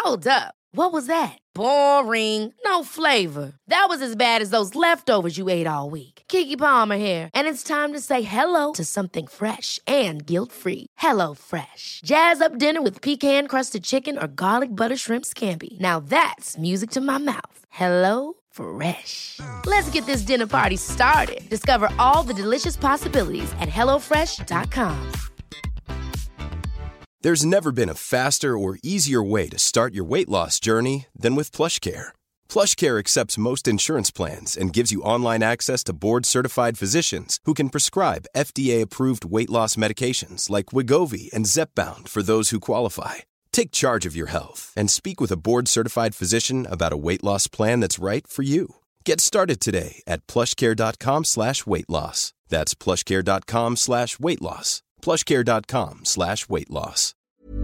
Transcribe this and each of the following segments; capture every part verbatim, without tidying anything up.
Hold up. What was that? Boring. No flavor. That was as bad as those leftovers you ate all week. Keke Palmer here, and it's time to say hello to something fresh and guilt-free. Hello Fresh. Jazz up dinner with pecan-crusted chicken or garlic butter shrimp scampi. Now that's music to my mouth. Hello Fresh. Let's get this dinner party started. Discover all the delicious possibilities at hello fresh dot com. There's never been a faster or easier way to start your weight loss journey than with PlushCare. PlushCare accepts most insurance plans and gives you online access to board-certified physicians who can prescribe F D A-approved weight loss medications like Wegovy and Zepbound for those who qualify. Take charge of your health and speak with a board-certified physician about a weight loss plan that's right for you. Get started today at plushcare.com slash weight loss. That's plushcare.com slash weight loss. plushcare.com slash weight loss.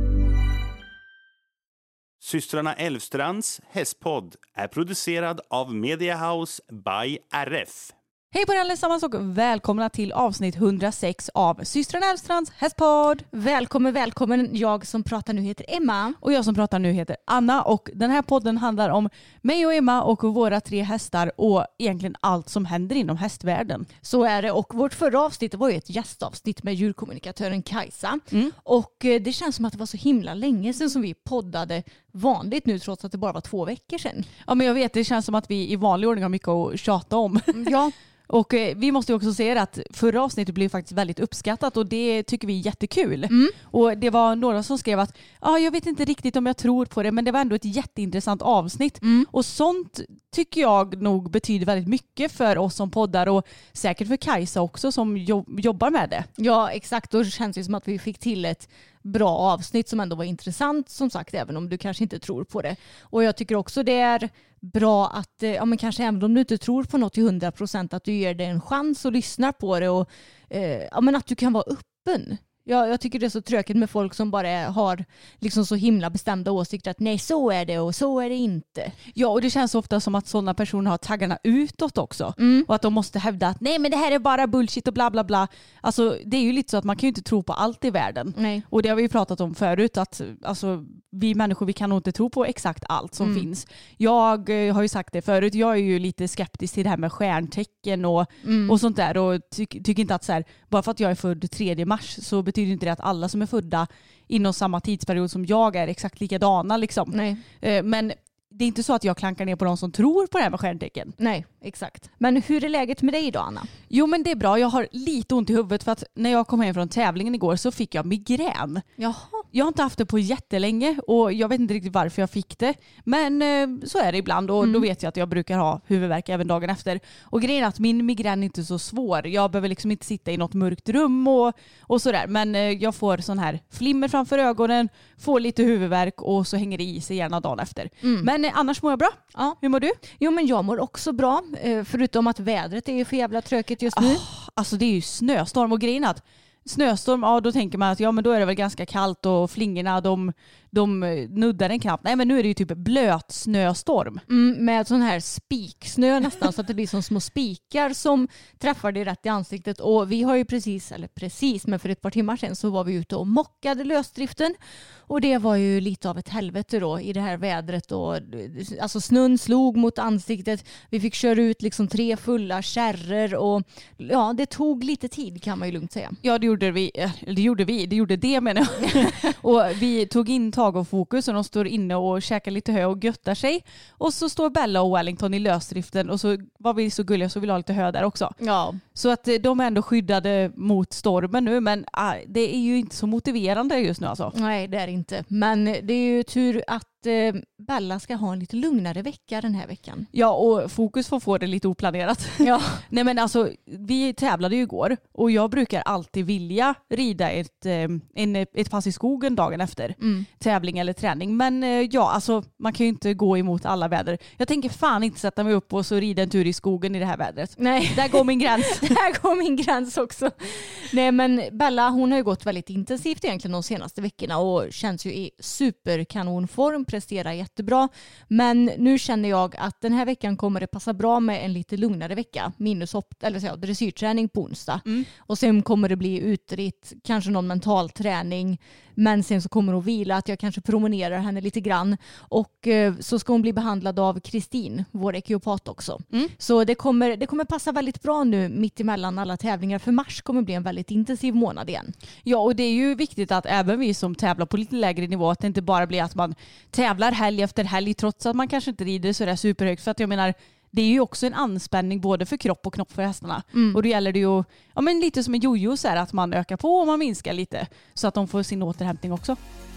Systrarna Elvstrands hästpodd är producerad av Media House by R F. Hej på er allesammans och välkomna till avsnitt hundrasex av Systrarna Elvstrands hästpodd. Välkommen, välkommen. Jag som pratar nu heter Emma. Och jag som pratar nu heter Anna. Och den här podden handlar om mig och Emma och våra tre hästar och egentligen allt som händer inom hästvärlden. Så är det. Och vårt förra avsnitt var ju ett gästavsnitt med djurkommunikatören Kajsa. Mm. Och det känns som att det var så himla länge sedan som vi poddade vanligt nu, trots att det bara var två veckor sedan. Ja, men jag vet, det känns som att vi i vanlig ordning har mycket att tjata om. Ja. Och eh, vi måste ju också säga att förra avsnittet blev faktiskt väldigt uppskattat och det tycker vi är jättekul. Mm. Och det var några som skrev att ah, jag vet inte riktigt om jag tror på det, men det var ändå ett jätteintressant avsnitt. Mm. Och sånt tycker jag nog betyder väldigt mycket för oss som poddar och säkert för Kajsa också som jobb- jobbar med det. Ja, exakt. Och det känns ju som att vi fick till ett bra avsnitt som ändå var intressant, som sagt, även om du kanske inte tror på det. Och jag tycker också det är bra att, ja men kanske även om du inte tror på något till hundra procent, att du ger det en chans och lyssnar på det och eh, ja men att du kan vara öppen. Ja, jag tycker det är så tråkigt med folk som bara har liksom så himla bestämda åsikter att nej, så är det och så är det inte. Ja, och det känns ofta som att sådana personer har taggarna utåt också. Mm. Och att de måste hävda att nej, men det här är bara bullshit och bla bla bla. Alltså det är ju lite så att man kan ju inte tro på allt i världen. Nej. Och det har vi ju pratat om förut, att alltså, vi människor, vi kan nog inte tro på exakt allt som mm. finns. Jag eh, har ju sagt det förut, jag är ju lite skeptisk till det här med stjärntecken och, mm. och sånt där. Och ty- tycker inte att så här, bara för att jag är född tredje mars så betyder inte det att alla som är födda inom samma tidsperiod som jag är exakt likadana liksom. Nej. Eh, men det är inte så att jag klankar ner på de som tror på det här med stjärntecken. Nej, exakt. Men hur är läget med dig då, Anna? Jo, men det är bra. Jag har lite ont i huvudet för att när jag kom hem från tävlingen igår så fick jag migrän. Jaha. Jag har inte haft det på jättelänge och jag vet inte riktigt varför jag fick det. Men eh, så är det ibland och mm. då vet jag att jag brukar ha huvudvärk även dagen efter. Och grejen är att min migrän är inte så svår. Jag behöver liksom inte sitta i något mörkt rum och, och sådär. Men eh, jag får sån här flimmer framför ögonen, får lite huvudvärk och så hänger det i sig gärna dagen efter. Mm. Men eh, annars mår jag bra. Ja. Hur mår du? Jo, men jag mår också bra. Eh, förutom att vädret är ju för jävla tråkigt just nu. Oh, alltså det är ju snöstorm och grejen att snöstorm, ja då tänker man att ja men då är det väl ganska kallt och flingorna de, de nuddar den knappt. Nej men nu är det ju typ blöt snöstorm. Mm, med sån här spiksnö nästan så att det blir som små spikar som träffar dig rätt i ansiktet. Och vi har ju precis, eller precis, men för ett par timmar sedan så var vi ute och mockade lösdriften. Och det var ju lite av ett helvete då i det här vädret. Och, alltså snön slog mot ansiktet. Vi fick köra ut liksom tre fulla kärror och ja, det tog lite tid kan man ju lugnt säga. Ja, det gjorde vi. Det gjorde vi. Det gjorde det menar jag. Och vi tog in Tag och Fokus och de står inne och käkar lite hö och göttar sig. Och så står Bella och Wellington i lösdriften och så var vi så gulliga så vi la lite hö där också. Ja. Så att de är ändå skyddade mot stormen nu, men äh, det är ju inte så motiverande just nu alltså. Nej, det är inte. Men det är ju tur att Bella ska ha en lite lugnare vecka den här veckan. Ja, och Fokus får få det lite oplanerat. Ja. Nej men alltså, vi tävlade ju igår och jag brukar alltid vilja rida ett, en, ett pass i skogen dagen efter mm. tävling eller träning. Men ja, alltså man kan ju inte gå emot alla väder. Jag tänker fan inte sätta mig upp och så rida en tur i skogen i det här vädret. Nej. Där går min gräns. Där går min gräns också. Nej men Bella, hon har ju gått väldigt intensivt egentligen de senaste veckorna och känns ju i superkanonform, presterar jättebra. Men nu känner jag att den här veckan kommer det passa bra med en lite lugnare vecka. Minus hopp, eller så, dressyrträning på onsdag. Mm. Och sen kommer det bli utritt, kanske någon mental träning. Men sen så kommer hon vila, att jag kanske promenerar henne lite grann. Och eh, så ska hon bli behandlad av Kristin, vår ekiopat också. Mm. Så det kommer, det kommer passa väldigt bra nu mitt emellan alla tävlingar. För mars kommer bli en väldigt intensiv månad igen. Ja, och det är ju viktigt att även vi som tävlar på lite lägre nivå, att det inte bara blir att man tävlar helg efter helg trots att man kanske inte rider så där superhögt. För att jag menar, det är ju också en anspänning både för kropp och knopp för hästarna. Mm. Och då gäller det ju, ja, men lite som en jojo så här, att man ökar på och man minskar lite så att de får sin återhämtning också.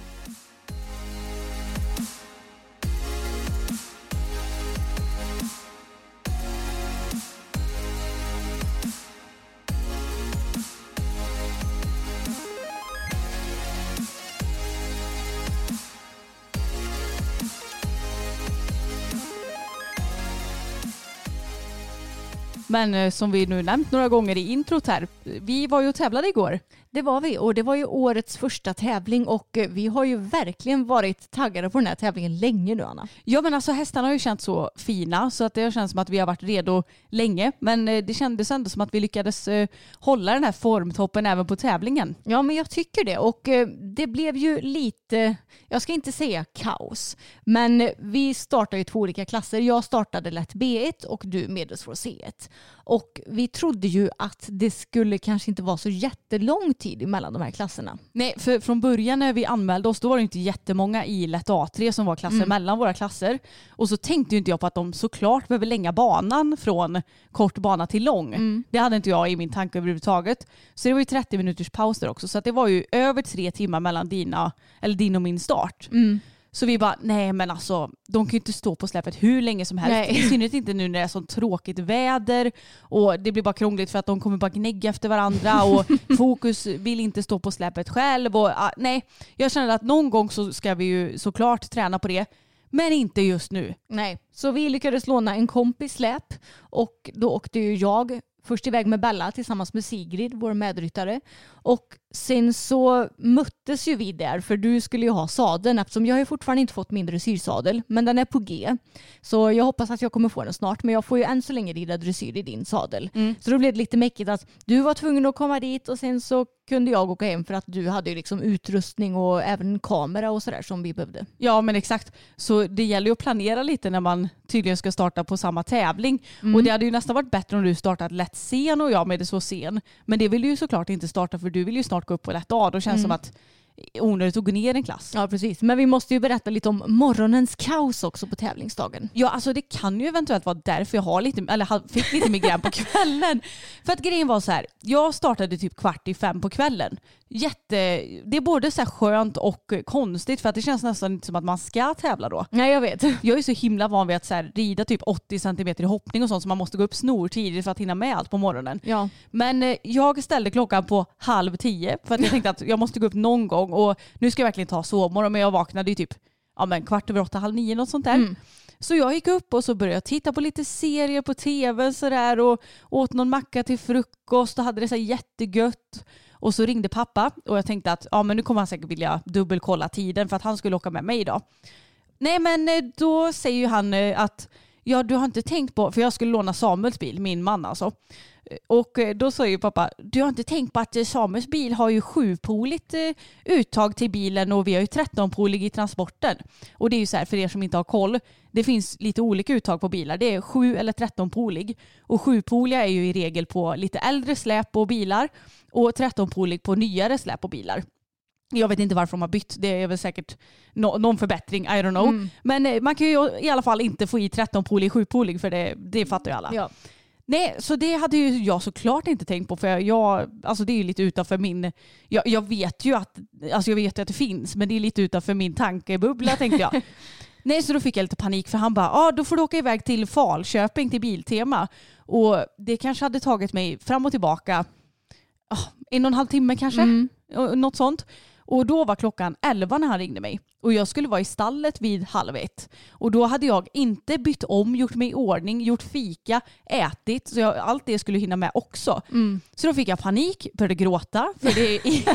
Men eh, som vi nu nämnt några gånger i introt här, vi var ju och tävlade igår. Det var vi, och det var ju årets första tävling, och vi har ju verkligen varit taggade på den här tävlingen länge nu, Anna. Ja, men alltså hästarna har ju känts så fina så att det känns som att vi har varit redo länge. Men eh, det kändes ändå som att vi lyckades eh, hålla den här formtoppen även på tävlingen. Ja, men jag tycker det, och eh, det blev ju lite, jag ska inte säga kaos, men vi startade ju två olika klasser. Jag startade lätt B ett och du medelsvår C ett. Och vi trodde ju att det skulle kanske inte vara så jättelång tid mellan de här klasserna. Nej, för från början när vi anmälde oss, då var det inte jättemånga i lätt A tre som var klasser mm. mellan våra klasser. Och så tänkte ju inte jag på att de såklart behöver länga banan från kort bana till lång. Mm. Det hade inte jag i min tanke överhuvudtaget. Så det var ju trettio minuters paus där också. Så att det var ju över tre timmar mellan dina, eller din och min start. Mm. Så vi bara, nej men alltså, de kan ju inte stå på släpet hur länge som helst. Nej. I synnerhet inte nu när det är så tråkigt väder. Och det blir bara krångligt för att de kommer bara gnägga efter varandra. Och Fokus vill inte stå på släpet själv. Och, ah, nej, jag känner att någon gång så ska vi ju såklart träna på det. Men inte just nu. Nej, så vi lyckades låna en kompis släp. Och då åkte ju jag först iväg med Bella tillsammans med Sigrid, vår medryttare. Och sen så möttes ju vi där, för du skulle ju ha sadeln, eftersom jag har ju fortfarande inte fått min dressyrsadel, men den är på G. Så jag hoppas att jag kommer få den snart, men jag får ju än så länge rida dressyr i din sadel. Mm. Så då blev det lite mäckigt att du var tvungen att komma dit, och sen så kunde jag åka hem för att du hade ju liksom utrustning och även kamera och sådär som vi behövde. Ja, men exakt. Så det gäller ju att planera lite när man tydligen ska starta på samma tävling. Mm. Och det hade ju nästan varit bättre om du startat lätt sen och jag med det så sen. Men det vill ju såklart inte starta, för du vill ju snart gå upp på lätt A. Då känns det mm. som att onödigt att gå ner en klass. Ja, precis. Men vi måste ju berätta lite om morgonens kaos också på tävlingsdagen. Ja, alltså det kan ju eventuellt vara därför jag har lite, eller fick lite migrän på kvällen. För att grejen var så här, jag startade typ kvart i fem på kvällen. Jätte, det är både så här skönt och konstigt, för att det känns nästan inte som att man ska tävla då. Nej, jag vet. Jag är så himla van vid att så här, rida typ åttio centimeter i hoppning och sånt, så man måste gå upp snortidigt för att hinna med allt på morgonen. Ja. Men eh, jag ställde klockan på halv tio för att jag tänkte att jag måste gå upp någon gång, och nu ska jag verkligen ta sovmorgon, men jag vaknade ju typ ja, men kvart över åtta, halv nio, något sånt där. Mm. Så jag gick upp och så började jag titta på lite serier på tv så där, och åt någon macka till frukost och hade det så här jättegött. Och så ringde pappa och jag tänkte att ja, men nu kommer han säkert vilja dubbelkolla tiden för att han skulle åka med mig idag. Nej, men då säger ju han att ja, du har inte tänkt på, för jag skulle låna Samuels bil, min man alltså. Och då säger ju pappa, du har inte tänkt på att Samuels bil har ju sjupoligt uttag till bilen och vi har ju trettonpolig i transporten. Och det är ju så här, för er som inte har koll, det finns lite olika uttag på bilar. Det är sju eller trettonpolig. Och sjupoliga är ju i regel på lite äldre släp och bilar, och trettonpolig på nyare släp och bilar. Jag vet inte varför de har bytt. Det är väl säkert no- någon förbättring. I don't know. Mm. Men man kan ju i alla fall inte få i trettonpolig, sjupolig, för det, det fattar ju alla. Ja. Nej, så det hade ju jag såklart inte tänkt på, för jag, alltså det är ju lite utanför min, jag, jag vet ju att, alltså jag vet ju att det finns, men det är lite utanför min tankebubbla, tänkte jag. Nej, så då fick jag lite panik, för han bara, ja ah, då får du åka iväg till Falköping till Biltema, och det kanske hade tagit mig fram och tillbaka oh, en och en halv timme kanske, mm. något sånt. Och då var klockan elva när han ringde mig. Och jag skulle vara i stallet vid halv ett. Och då hade jag inte bytt om, gjort mig i ordning, gjort fika, ätit. Så jag, allt det skulle hinna med också. Mm. Så då fick jag panik, började gråta. För det är, i,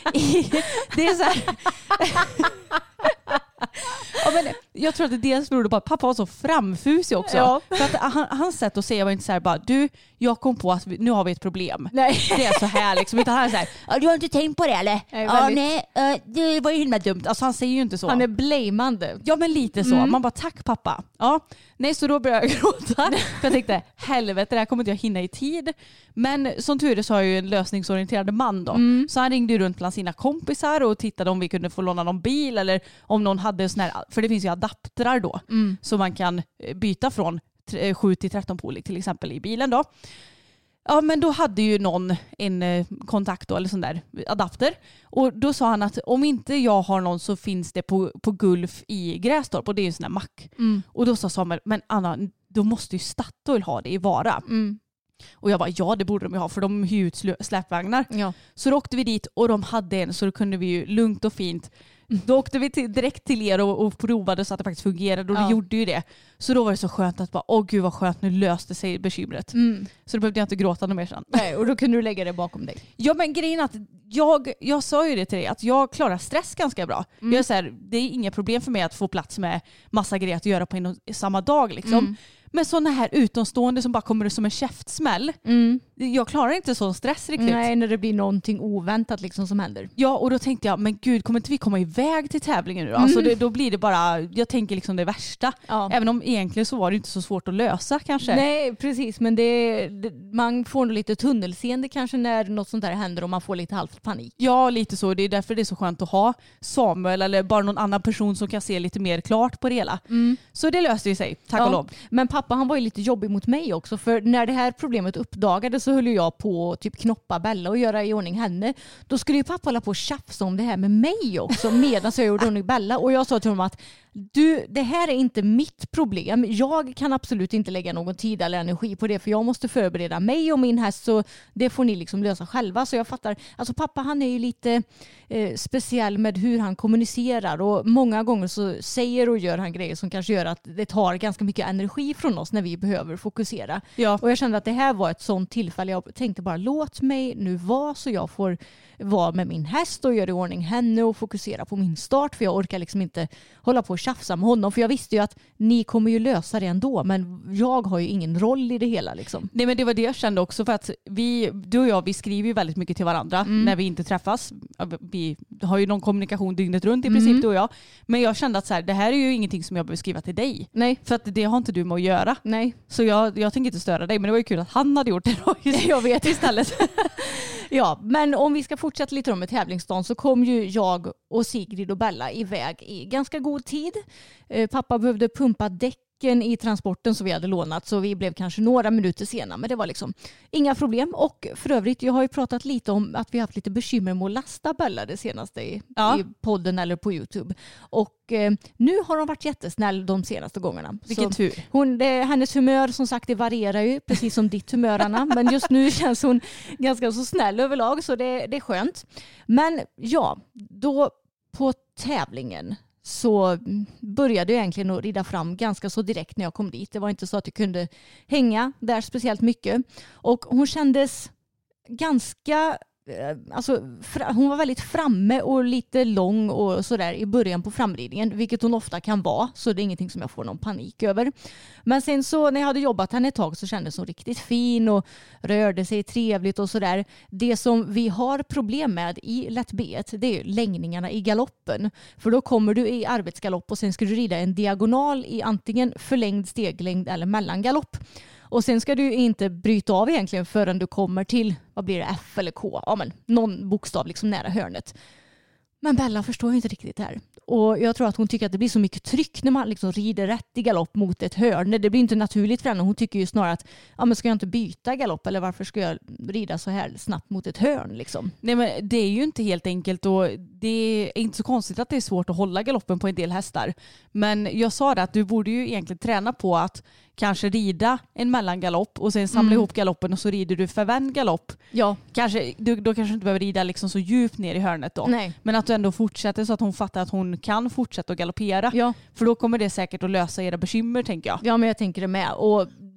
i, det är så här... Ja, men jag tror att det dels berodde på att pappa var så framfusig också. Ja. För att han, hans sätt att säga var inte så här bara, du, jag kom på att vi, nu har vi ett problem. Nej. Det är så här liksom. Utan han är så här, ja, du har inte tänkt på det eller? Nej, Ja, väldigt- nej, uh, det var ju himla dumt. Alltså han säger ju inte så. Han är blamande. Ja men lite så. Mm. Man bara tack pappa. Ja. Nej så då började jag gråta. För jag tänkte helvete det här kommer inte jag hinna i tid. Men som tur är så har jag ju en lösningsorienterad man då. Mm. Så han ringde ju runt bland sina kompisar och tittade om vi kunde få låna någon bil eller om någon hade sån här, för det finns ju adaptrar då. Mm. Så man kan byta från sju till tretton polig till exempel i bilen då. Ja men då hade ju någon en eh, kontakt då, eller sån där adapter. Och då sa han att om inte jag har någon så finns det på, på Gulf i Grästorp och det är ju en sån där mack. Mm. Och då sa Samuel, men Anna då måste ju Statoil ha det i Vara. Mm. Och jag bara ja det borde de ju ha för de hyr ut slö- släpvagnar. Ja. Så då åkte vi dit och de hade en så då kunde vi ju lugnt och fint. Då åkte vi till, direkt till er och, och provade så att det faktiskt fungerade och Ja. det gjorde ju det. Så då var det så skönt att bara, åh gud vad skönt, nu löste sig bekymret. Mm. Så då behövde jag inte gråta något mer sen. Nej, och då kunde du lägga det bakom dig. Ja men grejen är att jag, jag sa ju det till dig att jag klarar stress ganska bra. Mm. Jag är så här, det är inga problem för mig att få plats med massa grejer att göra på en och samma dag liksom. Mm. Men sådana här utomstående som bara kommer som en käftsmäll. Mm. Jag klarar inte sån stress riktigt. Nej, när det blir någonting oväntat liksom som händer. Ja och då tänkte jag, men gud kommer inte vi komma iväg till tävlingen nu då? Mm. Alltså det, då blir det bara, jag tänker liksom det värsta. Ja. Även om egentligen så var det inte så svårt att lösa kanske. Nej, precis. Men det, det, man får nog lite tunnelseende kanske när något sånt där händer och man får lite halvt panik. Ja, lite så. Det är därför det är så skönt att ha Samuel eller bara någon annan person som kan se lite mer klart på det hela. Mm. Så det löste ju sig, tack Ja, och lov. Men pappa han var ju lite jobbig mot mig också för när det här problemet uppdagades så höll ju jag på att typ knoppa Bella och göra i ordning henne. Då skulle ju pappa hålla på och tjafsa om det här med mig också medan jag gjorde ordning Bella och jag sa till honom att du, det här är inte mitt problem. Jag kan absolut inte lägga någon tid eller energi på det för jag måste förbereda mig och min häst så det får ni liksom lösa själva. Så jag fattar, alltså pappa han är ju lite eh, speciell med hur han kommunicerar och många gånger så säger och gör han grejer som kanske gör att det tar ganska mycket energi från oss när vi behöver fokusera. Ja. Och jag kände att det här var ett sånt tillfälle. Jag tänkte bara låt mig nu vara så jag får vara med min häst och göra i ordning henne och fokusera på min start för jag orkar liksom inte hålla på och tjafsa med honom för jag visste ju att ni kommer ju lösa det ändå men jag har ju ingen roll i det hela liksom. Nej men det var det jag kände också för att vi, du och jag vi skriver ju väldigt mycket till varandra Mm. när vi inte träffas. Vi har ju någon kommunikation dygnet runt i princip Mm. du och jag. Men jag kände att så här, det här är ju ingenting som jag behöver skriva till dig. Nej. För att det har inte du med att göra. Nej. Så jag, jag tänker inte störa dig men det var ju kul att han hade gjort det då. Jag vet istället. Ja, men om vi ska fortsätta lite om med tävlingsdagen så kom ju jag och Sigrid och Bella iväg i ganska god tid. Eh, pappa behövde pumpa däcken i transporten som vi hade lånat så vi blev kanske några minuter sena men det var liksom inga problem. Och för övrigt, jag har ju pratat lite om att vi har haft lite bekymmer med att lasta Bella det senaste i, Ja. i podden eller på YouTube. Och eh, nu har de varit jättesnäll de senaste gångerna. Vilken Så tur. hon, det, hennes humör som sagt det varierar ju precis som ditt humör Anna. Men just nu känns hon ganska så snäll överlag så det, det är skönt. Men ja, då på tävlingen så började jag egentligen att rida fram ganska så direkt när jag kom dit. Det var inte så att jag kunde hänga där speciellt mycket. Och hon kändes ganska... Alltså, hon var väldigt framme och lite lång och sådär i början på framridningen, vilket hon ofta kan vara, så det är ingenting som jag får någon panik över. Men sen så när jag hade jobbat henne ett tag så kändes hon riktigt fin och rörde sig trevligt och sådär. Det som vi har problem med i lätt B ett, det är längningarna i galoppen. För då kommer du i arbetsgalopp och sen ska du rida en diagonal i antingen förlängd steglängd eller mellangalopp. Och sen ska du inte bryta av egentligen förrän du kommer till, vad blir det, F eller K? Ja men någon bokstav liksom nära hörnet. Men Bella förstår ju inte riktigt det här. Och jag tror att hon tycker att det blir så mycket tryck när man liksom rider rätt i galopp mot ett hörn. Det blir inte naturligt för henne. Hon tycker ju snarare att ja, men ska jag inte byta galopp eller varför ska jag rida så här snabbt mot ett hörn liksom? Nej men det är ju inte helt enkelt och det är inte så konstigt att det är svårt att hålla galoppen på en del hästar. Men jag sa det att du borde ju egentligen träna på att kanske rida en mellangalopp och sen samla Mm. ihop galoppen och så rider du förvänd galopp. Ja. Kanske, du, då kanske du inte behöver rida liksom så djupt ner i hörnet då. Nej. Men att du ändå fortsätter så att hon fattar att hon kan fortsätta att galoppera. Ja. För då kommer det säkert att lösa era bekymmer tänker jag. Ja, men jag tänker det med. Och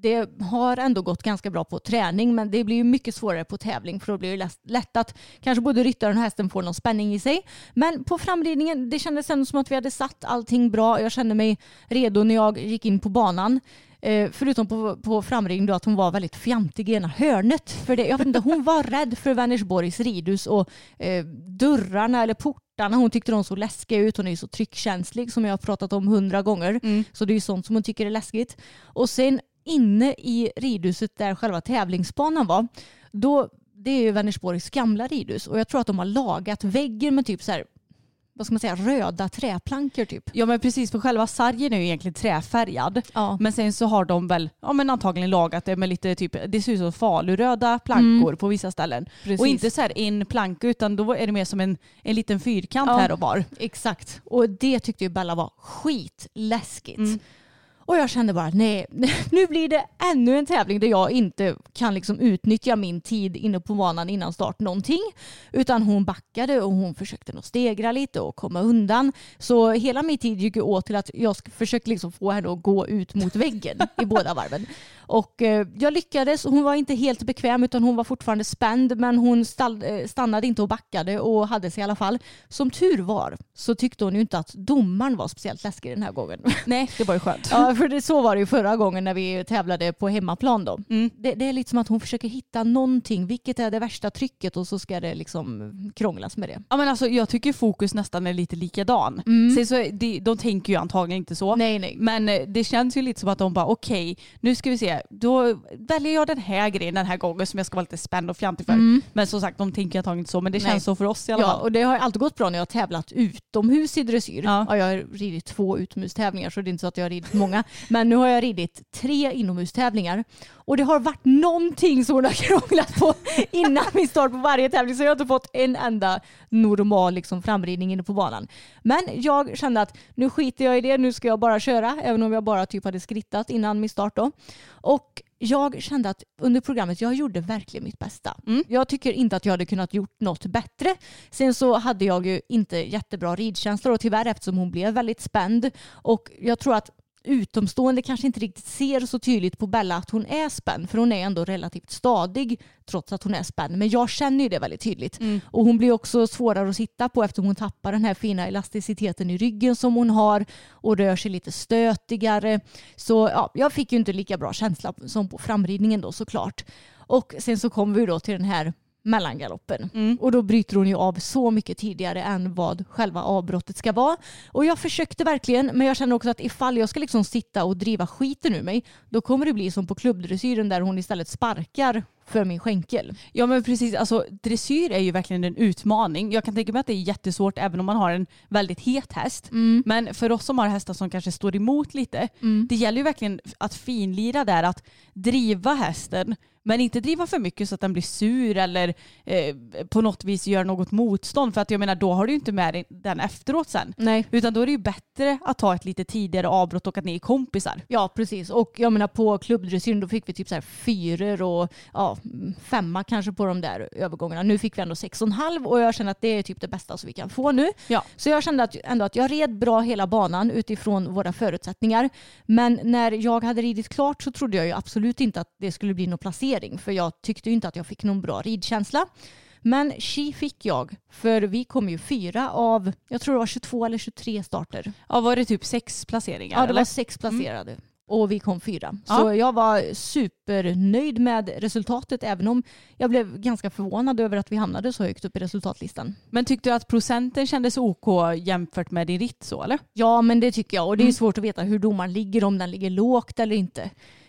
det har ändå gått ganska bra på träning, men det blir ju mycket svårare på tävling, för då blir det lätt att kanske både ryttaren och hästen får någon spänning i sig. Men på framridningen, det kändes ändå som att vi hade satt allting bra. Jag kände mig redo när jag gick in på banan. Eh, förutom på, på framridning då, att hon var väldigt fjantig i ena hörnet. För det, jag vet inte, hon var rädd för Vänersborgs ridhus och eh, dörrarna eller portarna. Hon tyckte de så läskiga ut. Hon är ju så tryckkänslig, som jag har pratat om hundra gånger. Mm. Så det är ju sånt som hon tycker är läskigt. Och sen inne i ridhuset där själva tävlingsbanan var, då, det är ju Vänersborgs gamla ridhus. Och jag tror att de har lagat väggen med typ så här, vad ska man säga, röda träplankor typ. Ja, men precis, för själva sargen är ju egentligen träfärgad. Ja. Men sen så har de väl, ja men antagligen lagat det med lite typ, det ser ut som faluröda plankor mm. på vissa ställen. Precis. Och inte så här en planka, utan då är det mer som en, en liten fyrkant ja, här och var. Exakt. Och det tyckte ju Bella var skitläskigt. Mm. Och jag kände bara, nej, nu blir det ännu en tävling där jag inte kan liksom utnyttja min tid inne på banan innan start någonting. Utan hon backade och hon försökte nog stegra lite och komma undan. Så hela min tid gick åt till att jag försökte liksom få henne att gå ut mot väggen i båda varven. Och eh, jag lyckades, och hon var inte helt bekväm utan hon var fortfarande spänd, men hon stall, eh, stannade inte och backade och hade sig i alla fall. Som tur var så tyckte hon ju inte att domaren var speciellt läskig den här gången. Nej, det var ju skönt. Ja, för det, så var det ju förra gången när vi tävlade på hemmaplan då. Mm. Det, det är lite som att hon försöker hitta någonting, vilket är det värsta trycket, och så ska det liksom krånglas med det. Ja, men alltså jag tycker fokus nästan är lite likadan. Mm. Sen så de, de tänker ju antagligen inte så. Nej, nej. Men det känns ju lite som att de bara okej, okay, nu ska vi se, då väljer jag den här grejen den här gången som jag ska vara lite spänd och fjantig för. Mm. Men som sagt, de tänker antagligen inte så, men det känns nej. så för oss i alla fall. Ja, och det har alltid gått bra när jag har tävlat utomhus i dressyr. Ja. Ja, jag har ridit två utomhustävlingar, så det är inte så att jag har ridit många. Men nu har jag ridit tre inomhustävlingar. Och det har varit någonting som hon har krånglat på innan min start på varje tävling. Så jag har inte fått en enda normal liksom, framridning inne på banan. Men jag kände att nu skiter jag i det. Nu ska jag bara köra. Även om jag bara typ hade skrittat innan min start då. Och jag kände att under programmet jag gjorde verkligen mitt bästa. Mm. Jag tycker inte att jag hade kunnat gjort något bättre. Sen så hade jag ju inte jättebra ridkänslor. Och tyvärr, eftersom hon blev väldigt spänd. Och jag tror att utomstående kanske inte riktigt ser så tydligt på Bella att hon är spänd, för hon är ändå relativt stadig trots att hon är spänd, men jag känner ju det väldigt tydligt. Mm. Och hon blir också svårare att sitta på eftersom hon tappar den här fina elasticiteten i ryggen som hon har och rör sig lite stötigare. Så ja, jag fick ju inte lika bra känsla som på framridningen då, såklart. Och sen så kom vi då till den här mellangaloppen. Mm. Och då bryter hon ju av så mycket tidigare än vad själva avbrottet ska vara. Och jag försökte verkligen, men jag känner också att ifall jag ska liksom sitta och driva skiten ur mig, då kommer det bli som på klubbdressyren där hon istället sparkar för min skänkel. Ja, men precis, alltså dressyr är ju verkligen en utmaning. Jag kan tänka mig att det är jättesvårt även om man har en väldigt het häst. Mm. Men för oss som har hästar som kanske står emot lite, mm. det gäller ju verkligen att finlira där, att driva hästen men inte driva för mycket så att den blir sur eller eh, på något vis gör något motstånd. För att jag menar, då har du ju inte med den efteråt sen. Nej. Utan då är det ju bättre att ta ett lite tidigare avbrott och att ni är kompisar. Ja, precis. Och jag menar, på klubbdressyren då fick vi typ så här fyror och ja, femma kanske på de där övergångarna. Nu fick vi ändå sex och en halv och jag känner att det är typ det bästa som vi kan få nu. Ja. Så jag kände att, ändå att jag red bra hela banan utifrån våra förutsättningar. Men när jag hade ridit klart så trodde jag ju absolut inte att det skulle bli någon placering. För jag tyckte ju inte att jag fick någon bra ridkänsla. Men tji fick jag. För vi kom ju fyra av, jag tror det var tjugotvå eller tjugotre starter. Ja, var det typ sex placeringar? Ja, det eller? var sex placerade. Mm. Och vi kom fyra. Ja. Så jag var supernöjd med resultatet, även om jag blev ganska förvånad över att vi hamnade så högt upp i resultatlistan. Men tyckte du att procenten kändes OK jämfört med din ritt så, eller? Ja, men det tycker jag. Och det är mm. svårt att veta hur domaren ligger, om den ligger lågt eller inte.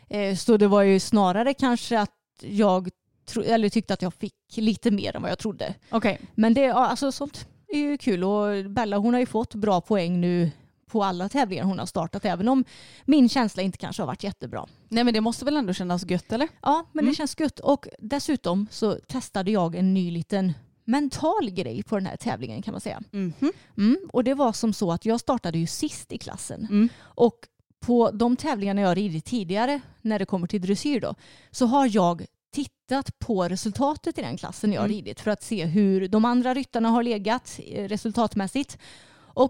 Så det var ju snarare kanske att jag tro, eller tyckte att jag fick lite mer än vad jag trodde. Okay. Men det, ja, alltså, sånt är ju kul. Och Bella, hon har ju fått bra poäng nu på alla tävlingar hon har startat, även om min känsla inte kanske har varit jättebra. Nej, men det måste väl ändå kännas gött, eller? Ja, men mm. det känns gött. Och dessutom så testade jag en ny liten mental grej på den här tävlingen, kan man säga. Mm-hmm. Mm, och det var som så att jag startade ju sist i klassen. Mm. Och på de tävlingarna jag ridit tidigare, när det kommer till dressyr då, så har jag tittat på resultatet i den klassen jag har ridit för att se hur de andra ryttarna har legat resultatmässigt. Och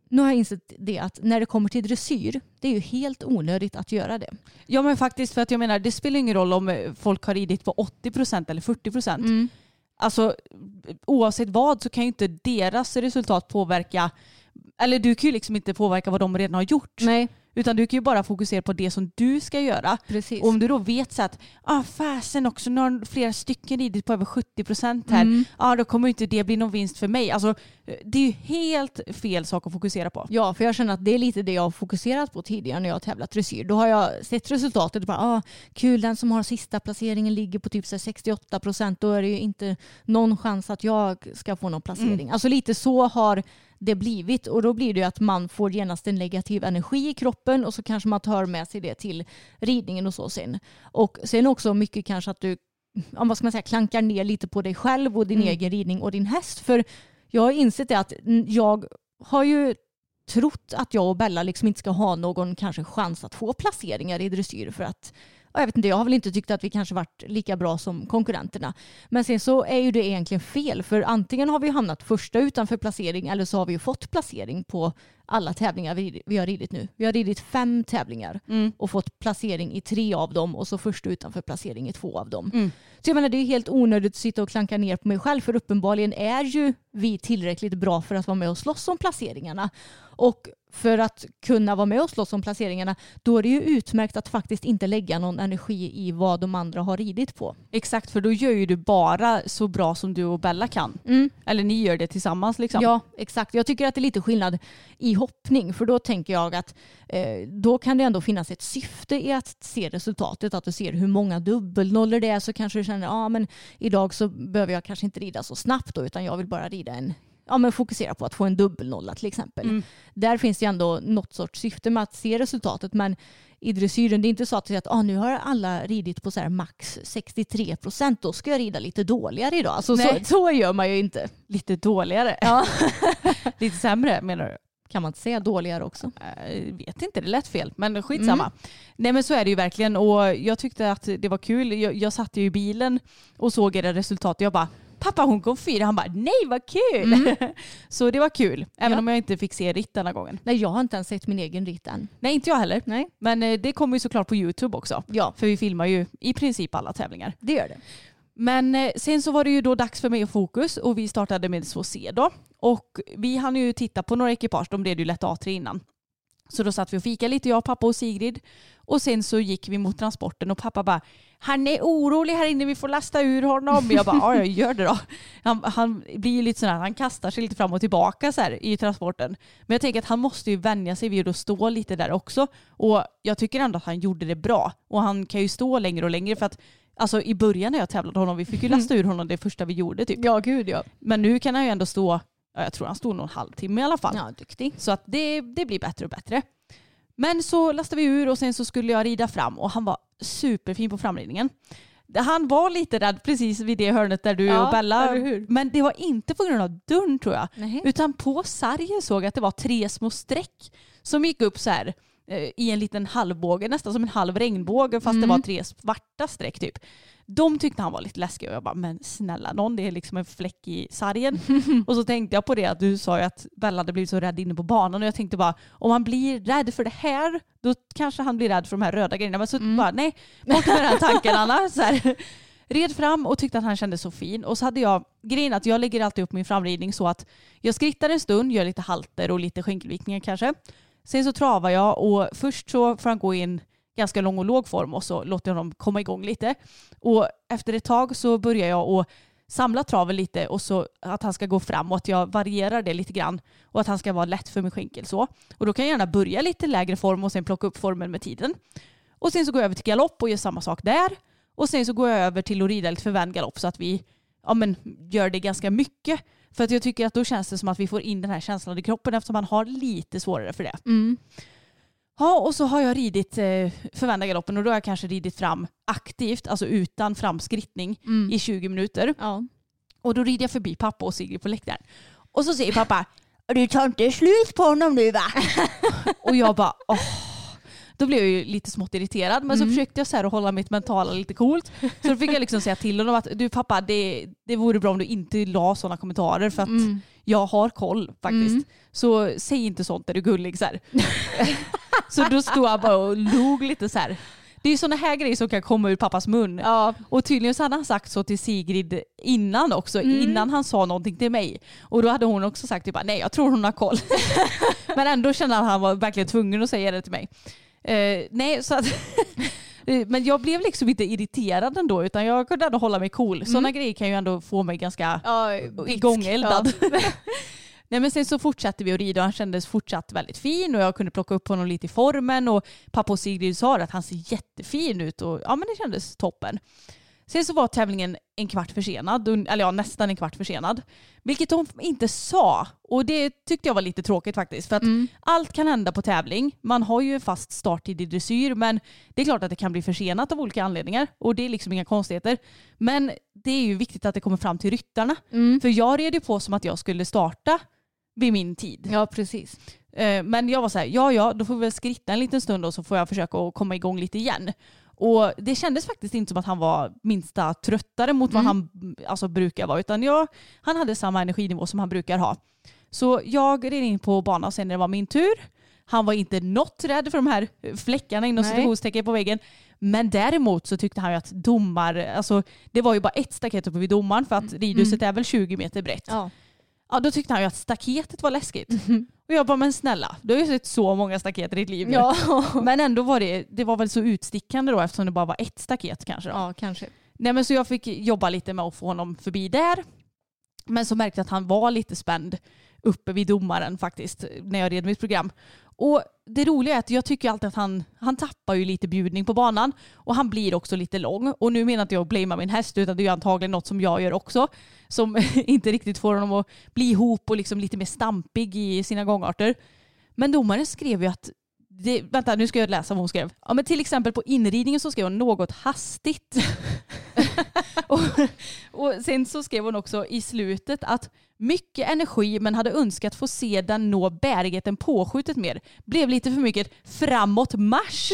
nu har jag insett det att när det kommer till dressyr, det är ju helt onödigt att göra det. Ja men faktiskt, för att jag menar, det spelar ingen roll om folk har ridit på åttio procent eller fyrtio procent. Mm. Alltså oavsett vad så kan ju inte deras resultat påverka, eller du kan ju liksom inte påverka vad de redan har gjort. Nej. Utan du kan ju bara fokusera på det som du ska göra. Precis. Och om du då vet så att ah, fasen också, nu har flera stycken ridit på över sjuttio procent här. Mm. Ah, då kommer inte det bli någon vinst för mig. Alltså, det är ju helt fel sak att fokusera på. Ja, för jag känner att det är lite det jag har fokuserat på tidigare när jag har tävlat dressyr. Då har jag sett resultatet och bara, ah, kul, den som har sista placeringen ligger på typ så här sextioåtta procent. Då är det ju inte någon chans att jag ska få någon placering. Mm. Alltså lite så har det blivit, och då blir det ju att man får genast en negativ energi i kroppen och så kanske man tar med sig det till ridningen och så sen. Och sen också mycket kanske att du, om vad ska man säga, klankar ner lite på dig själv och din mm. egen ridning och din häst. För jag har insett det att jag har ju trott att jag och Bella liksom inte ska ha någon kanske chans att få placeringar i dressyr, för att jag vet inte, jag har väl inte tyckt att vi kanske varit lika bra som konkurrenterna. Men sen så är ju det egentligen fel, för antingen har vi hamnat första utanför placering eller så har vi fått placering på alla tävlingar vi, vi har ridit nu. Vi har ridit fem tävlingar mm. och fått placering i tre av dem och så första utanför placering i två av dem. Mm. Så jag menar, det är helt onödigt att sitta och klanka ner på mig själv, för uppenbarligen är ju vi tillräckligt bra för att vara med och slåss om placeringarna. Och för att kunna vara med och slåss om placeringarna, då är det ju utmärkt att faktiskt inte lägga någon energi i vad de andra har ridit på. Exakt, för då gör ju du bara så bra som du och Bella kan. Mm. Eller ni gör det tillsammans liksom. Ja, exakt. Jag tycker att det är lite skillnad i hoppning, för då tänker jag att eh, då kan det ändå finnas ett syfte i att se resultatet, att du ser hur många dubbelnollor det är, så kanske du känner, ja ah, men idag så behöver jag kanske inte rida så snabbt då, utan jag vill bara rida en Ja, men fokusera på att få en dubbelnolla till exempel. Mm. Där finns det ju ändå något sorts syfte med att se resultatet, men i dressyren det är inte så att, att ah, nu har alla ridit på så här max sextiotre procent, då ska jag rida lite dåligare idag. Alltså, så, så gör man ju inte. Lite dåligare? Ja. Lite sämre menar du? Kan man inte säga dåligare också? Jag vet inte, det är lätt fel, men skitsamma. Mm. Nej men så är det ju verkligen, och jag tyckte att det var kul. Jag, jag satt ju i bilen och såg era resultat och jag bara, pappa hon kom fyra, han bara nej vad kul. Mm. Så det var kul, även ja. om jag inte fick se ritt denna gången. Nej, jag har inte ens sett min egen ritt än. Nej, inte jag heller. Nej. Men eh, det kommer ju såklart på YouTube också. Ja. För vi filmar ju i princip alla tävlingar. Det gör det. Men eh, sen så var det ju då dags för mig och Fokus och vi startade med Så se då. Och vi hann ju titta på några ekipage, de red ju lätt A tre innan. Så då satt vi och fika lite, jag, pappa och Sigrid. Och sen så gick vi mot transporten och pappa bara, han är orolig här inne, vi får lasta ur honom. Jag bara, ja jag gör det då. Han, han blir ju lite sådär, han kastar sig lite fram och tillbaka så här i transporten. Men jag tänker att han måste ju vänja sig vid att stå lite där också. Och jag tycker ändå att han gjorde det bra. Och han kan ju stå längre och längre, för att alltså i början när jag tävlade honom, vi fick ju lasta ur honom det första vi gjorde typ. Ja gud ja. Men nu kan han ju ändå stå, jag tror han stod någon halvtimme i alla fall. Ja, duktig. Så att det, det blir bättre och bättre. Men så lastade vi ur och sen så skulle jag rida fram och han var superfin på framridningen. Han var lite rädd precis vid det hörnet där du ja, och Bella. Men det var inte på grund av dörren tror jag. Nej. Utan på sargen såg jag att det var tre små streck som gick upp så här eh, i en liten halvbåge, nästan som en halv regnbåge, fast mm. det var tre svarta streck typ. De tyckte han var lite läskig och jag bara, men snälla någon, det är liksom en fläck i sargen. Och så tänkte jag på det att du sa ju att Bella hade blivit så rädd inne på banan och jag tänkte bara, om han blir rädd för det här, då kanske han blir rädd för de här röda grejerna. Men så mm. bara, nej, bort med den här tanken Anna. Så här, red fram och tyckte att han kände så fin. Och så hade jag grejen att jag lägger alltid upp min framridning så att jag skrittar en stund, gör lite halter och lite skänkelvikningar kanske. Sen så travar jag och först så får han gå in ganska lång och låg form och så låter jag honom komma igång lite. Och efter ett tag så börjar jag att samla traven lite och så att han ska gå fram och att jag varierar det lite grann och att han ska vara lätt för min skänkel så. Och då kan jag gärna börja lite lägre form och sen plocka upp formen med tiden. Och sen så går jag över till galopp och gör samma sak där. Och sen så går jag över till att rida lite förvänd galopp så att vi ja, men, gör det ganska mycket. För att jag tycker att då känns det som att vi får in den här känslan i kroppen eftersom man har lite svårare för det. Mm. Ja, och så har jag ridit eh, förvända galoppen och då har jag kanske ridit fram aktivt, alltså utan framskrittning mm. i tjugo minuter. Ja. Och då rider jag förbi pappa och Sigrid på läktaren. Och så säger pappa, du tar inte slut på honom nu va? Och jag bara, åh. Då blev jag ju lite smått irriterad. Men mm. så försökte jag så här att hålla mitt mentala lite coolt. Så då fick jag liksom säga till honom att du pappa, det, det vore bra om du inte la sådana kommentarer. För att mm. jag har koll faktiskt. Mm. Så säg inte sånt, är du gullig så här. Så då stod jag bara och log lite så här. Det är ju sådana här grejer som kan komma ur pappas mun. Ja. Och tydligen så hade han sagt så till Sigrid innan också. Mm. Innan han sa någonting till mig. Och då hade hon också sagt typ, nej jag tror hon har koll. Men ändå kände han att han var verkligen tvungen att säga det till mig. Uh, nej så att... Men jag blev liksom inte irriterad ändå. Utan jag kunde ändå hålla mig cool. Mm. Sådana grejer kan ju ändå få mig ganska ja, igångeldad. Ja. Nej, men sen så fortsatte vi att rida och han kändes fortsatt väldigt fin och jag kunde plocka upp honom lite i formen och pappa och Sigrid sa att han ser jättefin ut och ja men det kändes toppen. Sen så var tävlingen en kvart försenad, eller ja nästan en kvart försenad. Vilket de inte sa och det tyckte jag var lite tråkigt faktiskt för att mm. allt kan hända på tävling. Man har ju fast starttid i dressyr men det är klart att det kan bli försenat av olika anledningar och det är liksom inga konstigheter. Men det är ju viktigt att det kommer fram till ryttarna. Mm. För jag red ju på som att jag skulle starta vid min tid. Ja, precis. Men jag var så här, ja ja, då får vi väl skritta en liten stund och så får jag försöka att komma igång lite igen. Och det kändes faktiskt inte som att han var minsta tröttare mot vad mm. han alltså, brukar vara. Utan jag, han hade samma energinivå som han brukar ha. Så jag red in på banan sen när det var min tur. Han var inte något rädd för de här fläckarna inom situationstecken på väggen. Men däremot så tyckte han ju att domar, alltså det var ju bara ett staket uppe vid domaren för att ridhuset mm. är väl tjugo meter brett. Ja. Ja, då tyckte han ju att staketet var läskigt. Mm. Och jag bara, men snälla, du har ju sett så många staket i ditt liv. Ja. Men ändå var det, det var väl så utstickande då eftersom det bara var ett staket kanske. Då. Ja, kanske. Nej, men så jag fick jobba lite med att få honom förbi där. Men så märkte jag att han var lite spänd uppe vid domaren faktiskt när jag red mitt program. Och det roliga är att jag tycker alltid att han, han tappar ju lite bjudning på banan och han blir också lite lång. Och nu menar inte jag att blamea min häst utan det är antagligen något som jag gör också som inte riktigt får honom att bli ihop och liksom lite mer stampig i sina gångarter. Men domaren skrev ju att det, vänta, nu ska jag läsa vad hon skrev. Ja, men till exempel på inridningen så skrev hon något hastigt. och, och sen så skrev hon också i slutet att mycket energi men hade önskat få se den nå bärigheten påskjutet mer. Blev lite för mycket framåt marsch.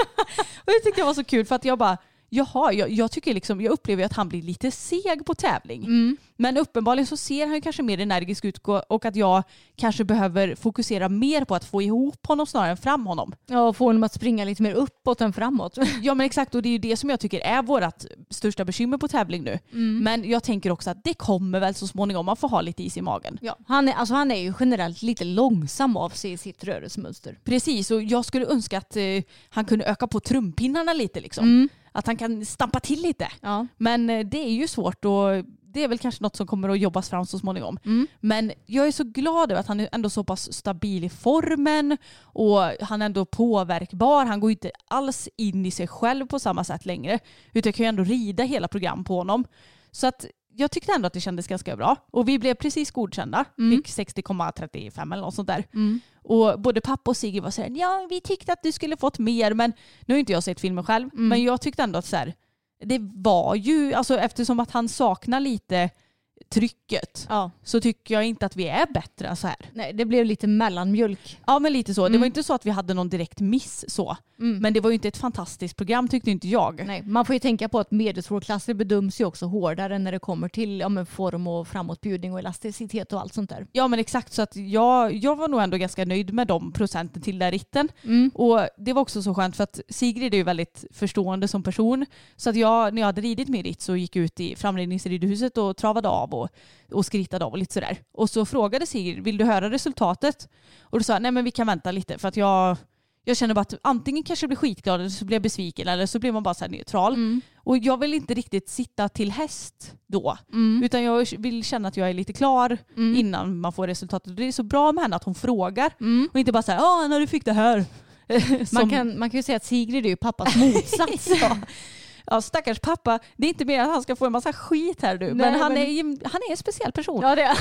Och det tyckte jag var så kul för att jag bara jaha, jag, jag tycker liksom, jag upplever att han blir lite seg på tävling. Mm. Men uppenbarligen så ser han kanske mer energisk ut och att jag kanske behöver fokusera mer på att få ihop honom snarare än fram honom. Ja, och få honom att springa lite mer uppåt än framåt. Ja, men exakt. Och det är ju det som jag tycker är vårt största bekymmer på tävling nu. Mm. Men jag tänker också att det kommer väl så småningom man får ha lite is i magen. Ja, han är, alltså han är ju generellt lite långsam av sig i sitt rörelsemönster. Precis, och jag skulle önska att eh, han kunde öka på trumpinnarna lite liksom. Mm. Att han kan stampa till lite. Ja. Men det är ju svårt och det är väl kanske något som kommer att jobbas fram så småningom. Mm. Men jag är så glad över att han är ändå så pass stabil i formen och han är ändå påverkbar. Han går inte alls in i sig själv på samma sätt längre. Utan jag kan ju ändå rida hela program på honom. Så att jag tyckte ändå att det kändes ganska bra. Och vi blev precis godkända. Mm. Fick sextio komma trettiofem eller något sånt där. Mm. Och både pappa och Sigge var så här, ja vi tyckte att du skulle fått mer. Men nu har inte jag sett filmen själv. Mm. Men jag tyckte ändå att så här, det var ju, alltså eftersom att han saknar lite trycket ja. Så tycker jag inte att vi är bättre så här. Nej, det blev lite mellanmjölk. Ja, men lite så. Mm. Det var inte så att vi hade någon direkt miss så. Mm. Men det var ju inte ett fantastiskt program tyckte inte jag. Nej, man får ju tänka på att medelsvårklasser bedöms ju också hårdare när det kommer till ja, men form och framåtbjudning och elasticitet och allt sånt där. Ja, men exakt. Så att jag, jag var nog ändå ganska nöjd med de procenten till den ritten. Mm. Och det var också så skönt för att Sigrid är ju väldigt förstående som person. Så att jag, när jag hade ridit med ritt så gick jag ut i framridningsridhuset och travade av och, och skrittade av och lite sådär. Och så frågade Sigrid, vill du höra resultatet? Och då sa jag, nej men vi kan vänta lite för att jag, jag känner bara att antingen kanske jag blir skitglad eller så blir jag besviken eller så blir man bara så här neutral. Mm. Och jag vill inte riktigt sitta till häst då. Mm. Utan jag vill känna att jag är lite klar mm. innan man får resultatet. Och det är så bra med henne att hon frågar. Mm. Och inte bara så här, ja när du fick det här. man, kan, man kan ju säga att Sigrid är ju pappas motsats. Ja. Ja, stackars pappa. Det är inte mer att han ska få en massa skit här nu. Nej, men, han, men... Är, han är en speciell person. Ja, det är.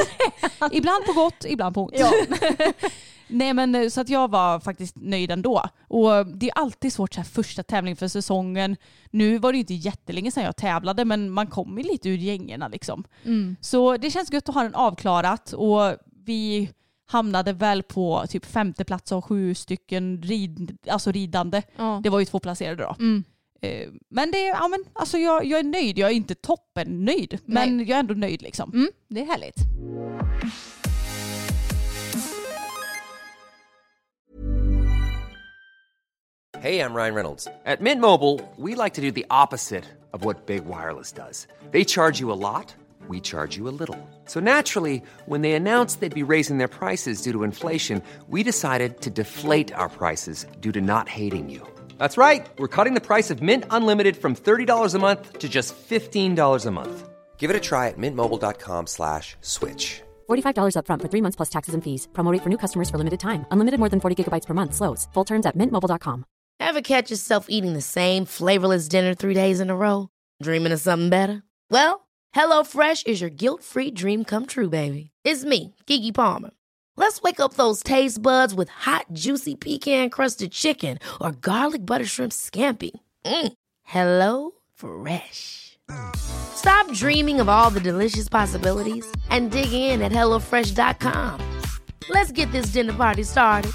Ibland på gott, ibland på ont. Ja. Nej, men så att jag var faktiskt nöjd ändå. Och det är alltid svårt så här första tävling för säsongen. Nu var det ju inte jättelänge sedan jag tävlade, men man kommer lite ur gängerna liksom. Mm. Så det känns gött att ha den avklarat och vi hamnade väl på typ femte plats av sju stycken rid, alltså ridande. Ja. Det var ju två placerade då. Mm. Eh, men det ja, men, alltså jag, jag är nöjd. Jag är inte toppen nöjd. Nej. Men jag är ändå nöjd liksom. Mm, det är härligt. Hey, I'm Ryan Reynolds. At Mint Mobile, we like to do the opposite of what Big Wireless does. They charge you a lot, we charge you a little. So naturally, when they announced they'd be raising their prices due to inflation, we decided to deflate our prices due to not hating you. That's right. We're cutting the price of Mint Unlimited from thirty dollars a month to just fifteen dollars a month. Give it a try at mintmobile.com slash switch. forty-five dollars up front for three months plus taxes and fees. Promo rate for new customers for limited time. Unlimited more than forty gigabytes per month. Slows full terms at mint mobile dot com. Ever catch yourself eating the same flavorless dinner three days in a row? Dreaming of something better? Well, HelloFresh is your guilt-free dream come true, baby. It's me, Keke Palmer. Let's wake up those taste buds with hot, juicy pecan-crusted chicken or garlic butter shrimp scampi. Mm. Hello Fresh. Stop dreaming of all the delicious possibilities and dig in at hello fresh dot com. Let's get this dinner party started.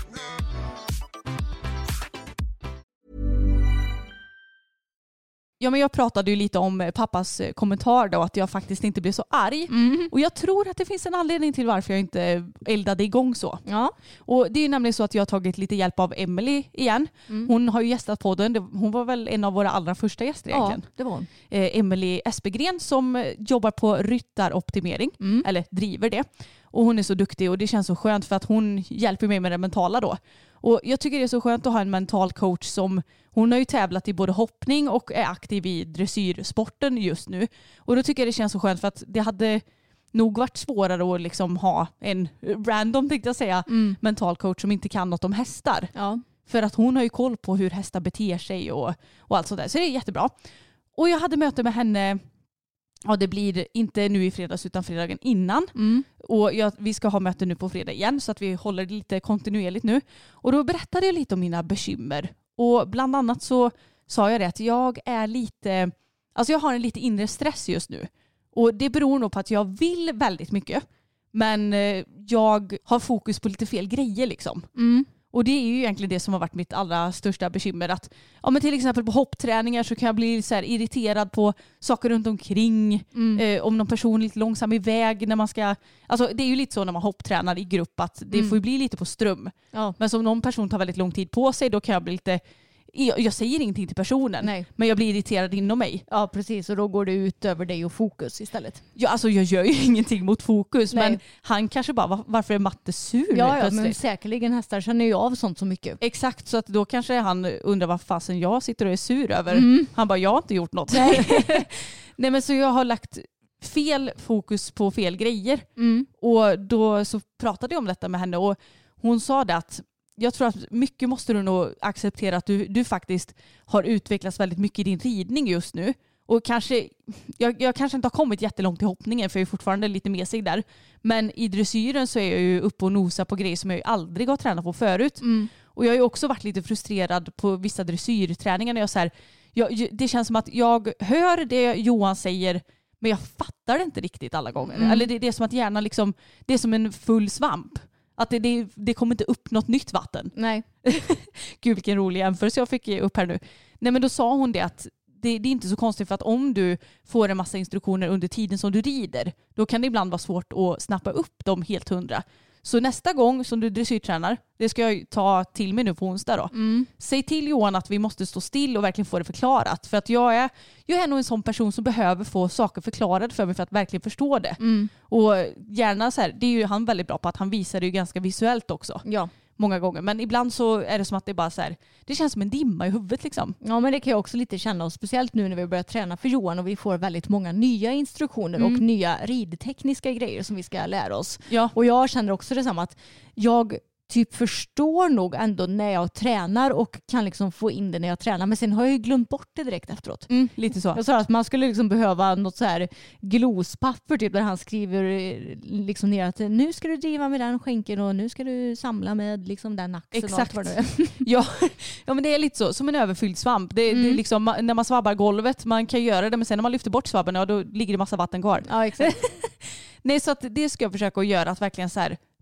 Ja, men jag pratade ju lite om pappas kommentar då, att jag faktiskt inte blev så arg. Mm. Och jag tror att det finns en anledning till varför jag inte eldade igång så. Ja. Och det är nämligen så att jag har tagit lite hjälp av Emily igen. Mm. Hon har ju gästat podden. Hon var väl en av våra allra första gäster egentligen. Ja, det var hon. Eh, Emily Espegren som jobbar på ryttaroptimering, mm. eller driver det. Och hon är så duktig och det känns så skönt för att hon hjälper mig med det mentala då. Och jag tycker det är så skönt att ha en mental coach som, hon har ju tävlat i både hoppning och är aktiv i dressyrsporten just nu. Och då tycker jag det känns så skönt för att det hade nog varit svårare att liksom ha en random, tänkte jag säga, mm. mental coach som inte kan något om hästar. Ja. För att hon har ju koll på hur hästar beter sig och, och allt sånt där. Så det är jättebra. Och jag hade möte med henne. Ja, det blir inte nu i fredags utan fredagen innan. Mm. Och jag, vi ska ha möte nu på fredag igen så att vi håller det lite kontinuerligt nu. Och då berättade jag lite om mina bekymmer. Och bland annat så sa jag det att jag är lite, alltså jag har en lite inre stress just nu. Och det beror nog på att jag vill väldigt mycket. Men jag har fokus på lite fel grejer liksom. Mm. Och det är ju egentligen det som har varit mitt allra största bekymmer. Att, ja, men till exempel på hoppträningar så kan jag bli så här irriterad på saker runt omkring. Mm. Eh, om någon person är lite långsam iväg när man ska... Alltså det är ju lite så när man hopptränar i grupp att det mm. får ju bli lite på ström. Ja. Men som någon person tar väldigt lång tid på sig, då kan jag bli lite... Jag, jag säger ingenting till personen, nej. Men jag blir irriterad inom mig. Ja, precis. Och då går det ut över dig och fokus istället. Ja, alltså jag gör ju ingenting mot fokus. Nej. Men han kanske bara, var, varför är Matte sur? Ja, ja, men säkerligen hästar känner ju av sånt så mycket. Exakt, så att då kanske han undrar vad fasen jag sitter och är sur över. Mm. Han bara, jag har inte gjort något. Nej. Nej, men så jag har lagt fel fokus på fel grejer. Mm. Och då så pratade jag om detta med henne och hon sa det att jag tror att mycket måste du nog acceptera att du, du faktiskt har utvecklats väldigt mycket i din ridning just nu. Och kanske, jag, jag kanske inte har kommit jättelångt i hoppningen för jag är fortfarande lite mesig där. Men i dressyren så är jag ju uppe och nosar på grejer som jag aldrig har tränat på förut. Mm. Och jag har ju också varit lite frustrerad på vissa dressyrträningar när jag så här, jag, det känns som att jag hör det Johan säger men jag fattar det inte riktigt alla gånger. Mm. Eller det, det är som att hjärnan liksom, det är som en full svamp. Att det, det, det kommer inte upp något nytt vatten. Nej. Gud vilken rolig jämförelse jag fick upp här nu. Nej, men då sa hon det att det, det är inte så konstigt för att om du får en massa instruktioner under tiden som du rider, då kan det ibland vara svårt att snappa upp dem helt hundra. Så nästa gång som du dressyrtränar, det ska jag ta till mig nu på onsdag då. Mm. Säg till Johan att vi måste stå still och verkligen få det förklarat. För att jag är, jag är nog en sån person som behöver få saker förklarade för mig för att verkligen förstå det. Mm. Och gärna så här, det är ju han väldigt bra på att han visar det ju ganska visuellt också. Ja. Många gånger. Men ibland så är det som att det bara så här, det känns som en dimma i huvudet liksom. Ja, men det kan jag också lite känna, och speciellt nu när vi börjar träna för Johan och vi får väldigt många nya instruktioner mm. och nya ridtekniska grejer som vi ska lära oss. Ja. Och jag känner också detsamma att jag typ förstår nog ändå när jag tränar och kan liksom få in det när jag tränar. Men sen har jag ju glömt bort det direkt efteråt. Mm, lite så. Jag sa att man skulle liksom behöva något så här glospapper typ, där han skriver liksom ner att nu ska du driva med den skänken och nu ska du samla med liksom den axeln. Exakt. Och ja, ja, men det är lite så. Som en överfylld svamp. Det, mm. det är liksom, när man svabbar golvet, man kan göra det, men sen när man lyfter bort svabben, ja, då ligger det massa vatten kvar. Ja, exakt. Nej, så att det ska jag försöka att göra, att verkligen så här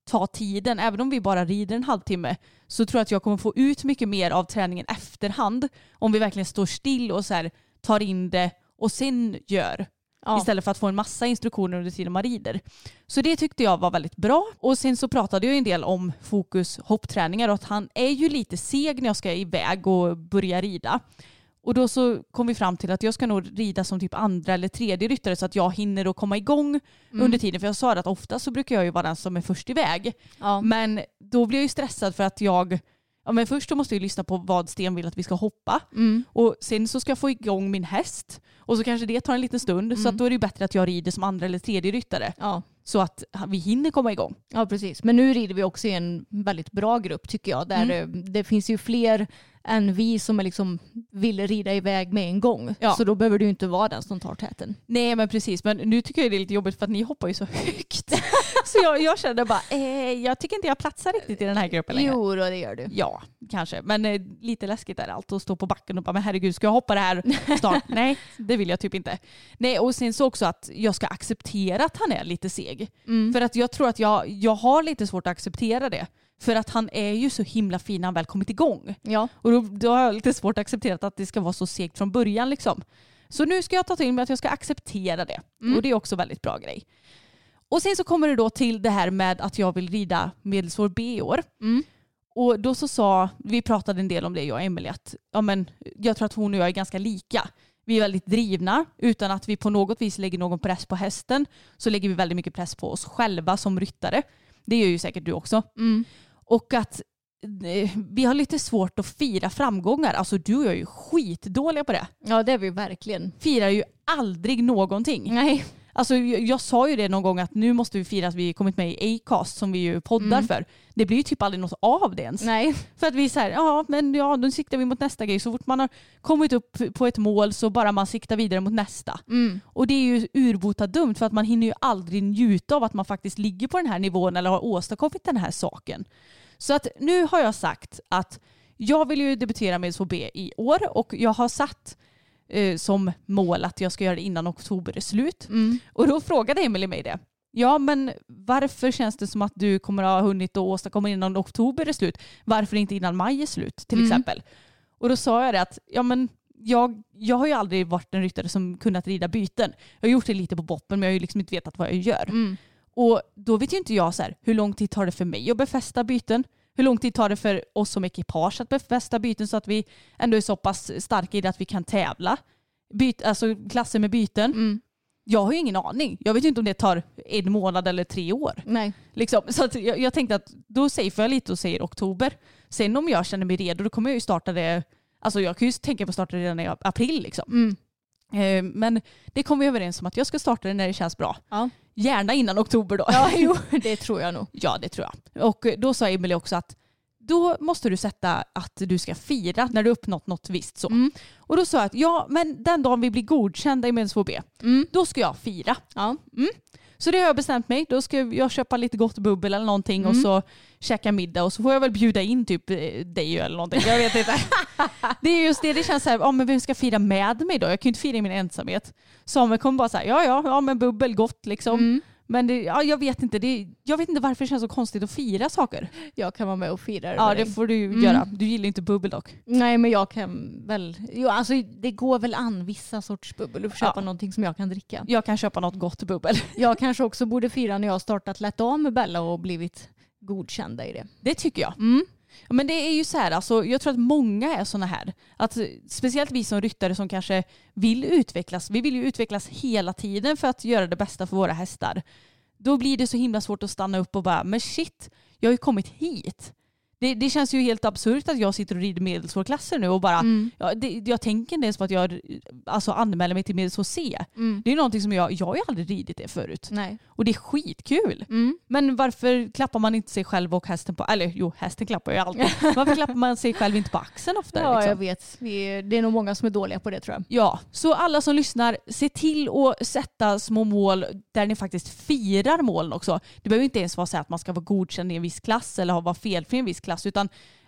ta tiden. Även om vi bara rider en halvtimme så tror jag att jag kommer få ut mycket mer av träningen efterhand om vi verkligen står still och så här, tar in det och sen gör. Ja. Istället för att få en massa instruktioner under tiden man rider. Så det tyckte jag var väldigt bra. Och sen så pratade jag en del om fokus hoppträningar och att han är ju lite seg när jag ska iväg och börja rida. Och då så kom vi fram till att jag ska nog rida som typ andra eller tredje ryttare så att jag hinner att komma igång mm. under tiden. För jag sa att ofta så brukar jag ju vara den som är först iväg. Ja. Men då blir jag ju stressad för att jag... Ja, men först då måste jag lyssna på vad Sten vill att vi ska hoppa. Mm. Och sen så ska jag få igång min häst. Och så kanske det tar en liten stund. Mm. Så att då är det bättre att jag rider som andra eller tredje ryttare. Ja. Så att vi hinner komma igång. Ja, precis. Men nu rider vi också i en väldigt bra grupp tycker jag. Där mm. det finns ju fler än vi som är liksom vill rida iväg med en gång. Ja. Så då behöver du inte vara den som tar täten. Nej, men precis. Men nu tycker jag det är lite jobbigt för att ni hoppar ju så högt. Så jag, jag kände bara, eh, jag tycker inte jag platsar riktigt i den här gruppen längre. Jo, då, det gör du. Ja, kanske. Men eh, lite läskigt är det allt att stå på backen och bara, men herregud, ska jag hoppa det här snart? Nej, det vill jag typ inte. Nej, och sen så också att jag ska acceptera att han är lite seg. Mm. För att jag tror att jag, jag har lite svårt att acceptera det. För att han är ju så himla fin när han väl kommit igång. Ja. Och då, då har jag lite svårt att acceptera att det ska vara så segt från början liksom. Så nu ska jag ta till mig att jag ska acceptera det. Mm. Och det är också väldigt bra grej. Och sen så kommer det då till det här med att jag vill rida medelsvår B i år. Mm. Och då så sa, vi pratade en del om det jag och Emelie, att ja, men, jag tror att hon och jag är ganska lika. Vi är väldigt drivna utan att vi på något vis lägger någon press på hästen. Så lägger vi väldigt mycket press på oss själva som ryttare. Det gör ju säkert du också. Mm. Och att eh, vi har lite svårt att fira framgångar. Alltså du och jag är ju skitdåliga på det. Ja, det är vi verkligen. Firar ju aldrig någonting. Nej. Alltså jag, jag sa ju det någon gång att nu måste vi fira att vi kommit med i Acast som vi ju poddar mm. för. Det blir ju typ aldrig något av det ens. Nej. För att vi säger, ja men ja, då siktar vi mot nästa grej. Så fort man har kommit upp på ett mål så bara man siktar vidare mot nästa. Mm. Och det är ju urbota dumt för att man hinner ju aldrig njuta av att man faktiskt ligger på den här nivån eller har åstadkommit den här saken. Så att nu har jag sagt att jag vill ju debutera med S H B i år och jag har satt eh, som mål att jag ska göra det innan oktober är slut. Mm. Och då frågade Emelie mig det. Ja, men varför känns det som att du kommer att ha hunnit att åstadkomma innan oktober är slut? Varför inte innan maj är slut till mm. exempel? Och då sa jag det att ja, men jag, jag har ju aldrig varit en ryttare som kunnat rida byten. Jag har gjort det lite på boppen men jag har ju liksom inte vetat vad jag gör. Mm. Och då vet ju inte jag så här, hur lång tid tar det för mig att befästa byten? Hur lång tid tar det för oss som ekipage att befästa byten så att vi ändå är så pass starka i det att vi kan tävla? Byt, alltså klasser med byten. Mm. Jag har ju ingen aning. Jag vet ju inte om det tar en månad eller tre år. Nej. Liksom. Så att jag, jag tänkte att då safear jag lite och säger oktober. Sen om jag känner mig redo då kommer jag ju starta det. Alltså jag kan ju tänka på att starta det redan i april. Liksom. Mm. Eh, men det kommer vi överens om att jag ska starta det när det känns bra. Ja. Gärna innan oktober då. Ja, jo, det tror jag nog. Ja, det tror jag. Och då sa Emelie också att då måste du sätta att du ska fira när du uppnått något visst så. Mm. Och då sa jag att ja, men den dagen vi blir godkända i Medelsvår B, mm. då ska jag fira. Ja. Mm. Så det har jag bestämt mig. Då ska jag köpa lite gott bubbel eller någonting mm. och så käka middag och så får jag väl bjuda in typ dig eller någonting. Jag vet inte. Det är just det. Det känns så här, ja men vem ska fira med mig då? Jag kan ju inte fira i min ensamhet. Samuel kommer bara säga, ja ja, ja men bubbel gott liksom. Mm. Men det, ja, jag vet inte. Det, jag vet inte varför det känns så konstigt att fira saker. Jag kan vara med och fira det. Ja, det får du mm. göra. Du gillar inte bubbel dock. Nej, men jag kan väl... Jo, alltså, det går väl an vissa sorts bubbel. Du får köpa ja. någonting som jag kan dricka. Jag kan köpa något gott bubbel. Jag kanske också borde fira när jag har startat lätt av med Bella och blivit godkända i det. Det tycker jag. Mm. Men det är ju så här, alltså, jag tror att många är såna här. Att, speciellt vi som ryttare som kanske vill utvecklas. Vi vill ju utvecklas hela tiden för att göra det bästa för våra hästar. Då blir det så himla svårt att stanna upp och bara, men shit, jag har ju kommit hit. Det, det känns ju helt absurt att jag sitter och rider medelsvårklasser nu och bara, mm. ja, det, jag tänker inte ens på att jag alltså, anmäler mig till medelsvår C. Mm. Det är någonting som jag, jag har ju aldrig ridit det förut. Nej. Och det är skitkul. Mm. Men varför klappar man inte sig själv och hästen på, eller jo, hästen klappar ju alltid. Varför klappar man sig själv inte på axeln ofta? Ja, liksom? Jag vet. Vi, det är nog många som är dåliga på det tror jag. Ja, så alla som lyssnar, se till att sätta små mål där ni faktiskt firar målen också. Det behöver inte ens vara så att man ska vara godkänd i en viss klass eller vara felfri i en viss klass, utan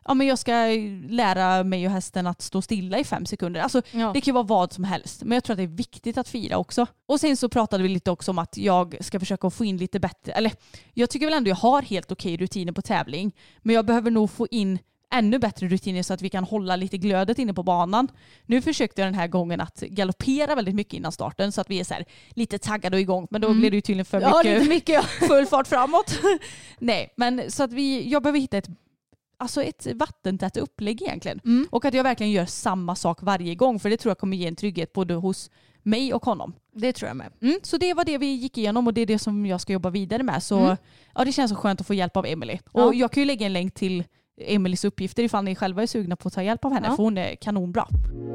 ja, men jag ska lära mig och hästen att stå stilla i fem sekunder. Alltså, Ja. det kan ju vara vad som helst. Men jag tror att det är viktigt att fira också. Och sen så pratade vi lite också om att jag ska försöka få in lite bättre. Eller jag tycker väl ändå jag har helt okej rutiner på tävling. Men jag behöver nog få in ännu bättre rutiner så att vi kan hålla lite glödet inne på banan. Nu försökte jag den här gången att galoppera väldigt mycket innan starten så att vi är så här lite taggade och igång. Men då mm. blir det ju tydligen för mycket, ja, lite mycket. full fart framåt. Nej, men så att vi, jag behöver hitta ett, alltså ett vattentätt upplägg egentligen. Mm. Och att jag verkligen gör samma sak varje gång. För det tror jag kommer ge en trygghet både hos mig och honom. Det tror jag med. Mm, så det var det vi gick igenom och det är det som jag ska jobba vidare med. Så mm. ja, det känns så skönt att få hjälp av Emily. Ja. Och jag kan ju lägga en länk till Emelies uppgifter ifall ni själva är sugna på att ta hjälp av henne. Ja. För hon är kanonbra.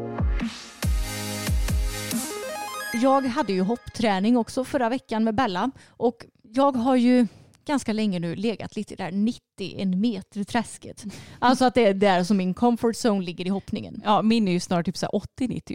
Jag hade ju hoppträning också förra veckan med Bella. Och jag har ju ganska länge nu legat lite där nittio en meter träsket. Alltså att det är där som min comfort zone ligger i hoppningen. Ja, min är ju snart typ så åttio nittio.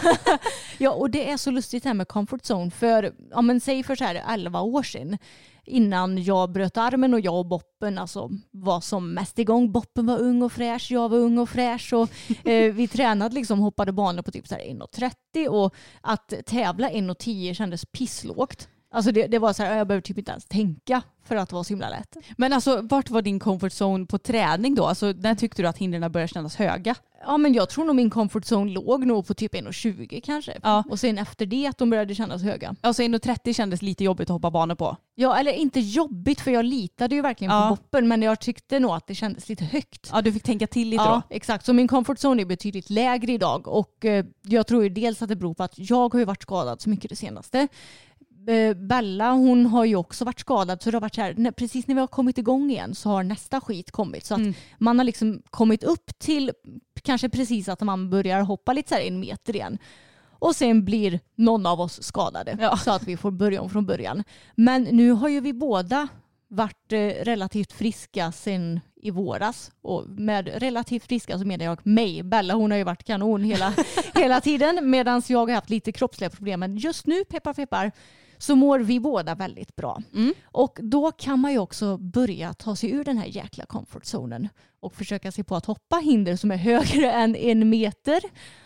Ja, och det är så lustigt här med comfort zone. För, ja men säg för så här elva år sedan. Innan jag bröt armen och jag och Boppen alltså, var som mest igång. Boppen var ung och fräsch, jag var ung och fräsch. Och, eh, vi tränade liksom, hoppade banor på typ så här en trettio. Och att tävla en tio kändes pisslågt. Alltså det, det var så här, jag behöver typ inte ens tänka för att det var så himla lätt. Men alltså, vart var din comfort zone på träning då? Alltså, när tyckte du att hindren började kännas höga? Ja, men jag tror nog min comfort zone låg nog på typ en tjugo kanske. Ja. Och sen efter det att de började kännas höga. Alltså en trettio kändes lite jobbigt att hoppa banor på. Ja, eller inte jobbigt för jag litade ju verkligen ja. på Boppen. Men jag tyckte nog att det kändes lite högt. Ja, du fick tänka till lite ja, då. Ja, exakt. Så min comfort zone är betydligt lägre idag. Och eh, jag tror ju dels att det beror på att jag har ju varit skadad så mycket det senaste. Bella, hon har ju också varit skadad så det har varit så här, när, precis när vi har kommit igång igen så har nästa skit kommit så att mm. man har liksom kommit upp till kanske precis att man börjar hoppa lite så här en meter igen och sen blir någon av oss skadade ja. så att vi får börja om från början. Men nu har ju vi båda varit eh, relativt friska sen i våras och med relativt friska så menar jag mig. Bella hon har ju varit kanon hela, hela tiden medan jag har haft lite kroppsliga problem men just nu peppar peppar så mår vi båda väldigt bra. Mm. Och då kan man ju också börja ta sig ur den här jäkla comfortzonen och försöka se på att hoppa hinder som är högre än en meter.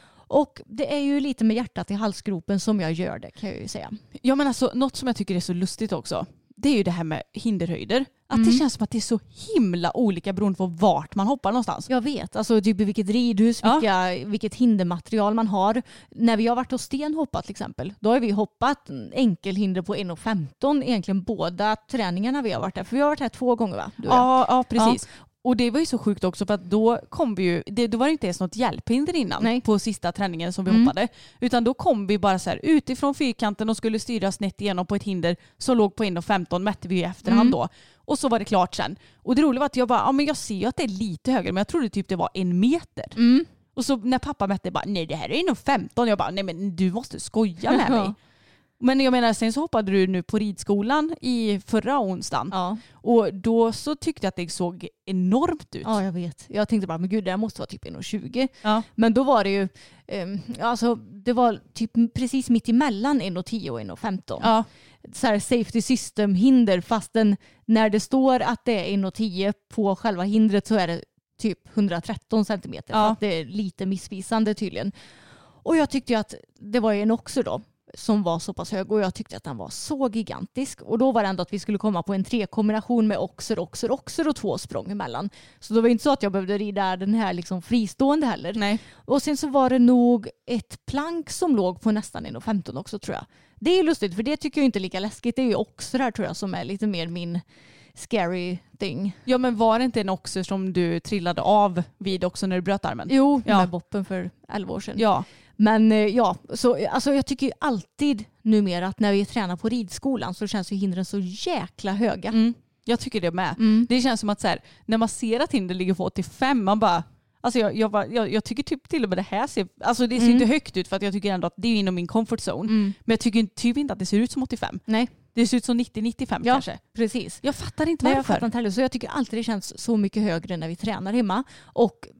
Och det är ju lite med hjärtat i halsgropen som jag gör det kan jag ju säga. Ja men alltså något som jag tycker är så lustigt också. Det är ju det här med hinderhöjder. Att mm. det känns som att det är så himla olika beroende på vart man hoppar någonstans. Jag vet, alltså typ vilket ridhus, ja. vilka, vilket hindermaterial man har. När vi har varit hos Sten hoppat till exempel, då har vi hoppat enkelhinder på en femton egentligen båda träningarna vi har varit där. För vi har varit här två gånger va? Du ja, ja, precis. Ja. Och det var ju så sjukt också för att då kom vi ju, det, då var det inte ens något hjälphinder innan Nej. på sista träningen som vi mm. hoppade. Utan då kom vi bara så här utifrån fyrkanten och skulle styra snett igenom på ett hinder som låg på en femton mätte vi i efterhand mm. då. Och så var det klart sen. Och det roliga var att jag bara, ja men jag ser ju att det är lite högre men jag trodde typ det var en meter. Mm. Och så när pappa mätte bara, nej det här är en femton. Jag bara, nej men du måste skoja med mig. Men jag menar, sen så hoppade du nu på ridskolan i förra onsdagen. Ja. Och då så tyckte jag att det såg enormt ut. Ja, jag vet. Jag tänkte bara, men gud, det här måste vara typ en tjugo. Ja. Men då var det ju, eh, alltså det var typ precis mitt emellan en tio och en femton. Ja. Så här safety system hinder, fastän när det står att det är en tio på själva hindret så är det typ hundratretton centimeter. Ja. Så att det är lite missvisande tydligen. Och jag tyckte ju att det var en också då. Som var så pass hög och jag tyckte att den var så gigantisk. Och då var det ändå att vi skulle komma på en tre-kombination med oxer, oxer, oxer och två språng emellan. Så det var inte så att jag behövde rida den här liksom fristående heller. Nej. Och sen så var det nog ett plank som låg på nästan en femton också tror jag. Det är ju lustigt för det tycker jag inte är lika läskigt. Det är ju oxer här tror jag som är lite mer min scary thing. Ja men var det inte en oxer som du trillade av vid också när du bröt armen? Jo, ja. med Boppen för elva år sedan. Ja. Men ja, så, alltså jag tycker ju alltid numera att när vi tränar på ridskolan så känns ju hindren så jäkla höga. Mm. Jag tycker det med. Mm. Det känns som att så här, när man ser att hinder ligger på åttiofem, man bara, alltså jag, jag, jag, jag tycker typ till och med det här ser, alltså det ser mm. inte högt ut för att jag tycker ändå att det är inom min comfort zone. Mm. Men jag tycker typ inte att det ser ut som åttiofem. Nej. Det ser ut som nittio nittiofem ja, kanske. Precis. Jag fattar inte varför. Nej, jag fattar inte heller. Så jag tycker alltid det känns så mycket högre när vi tränar hemma. Och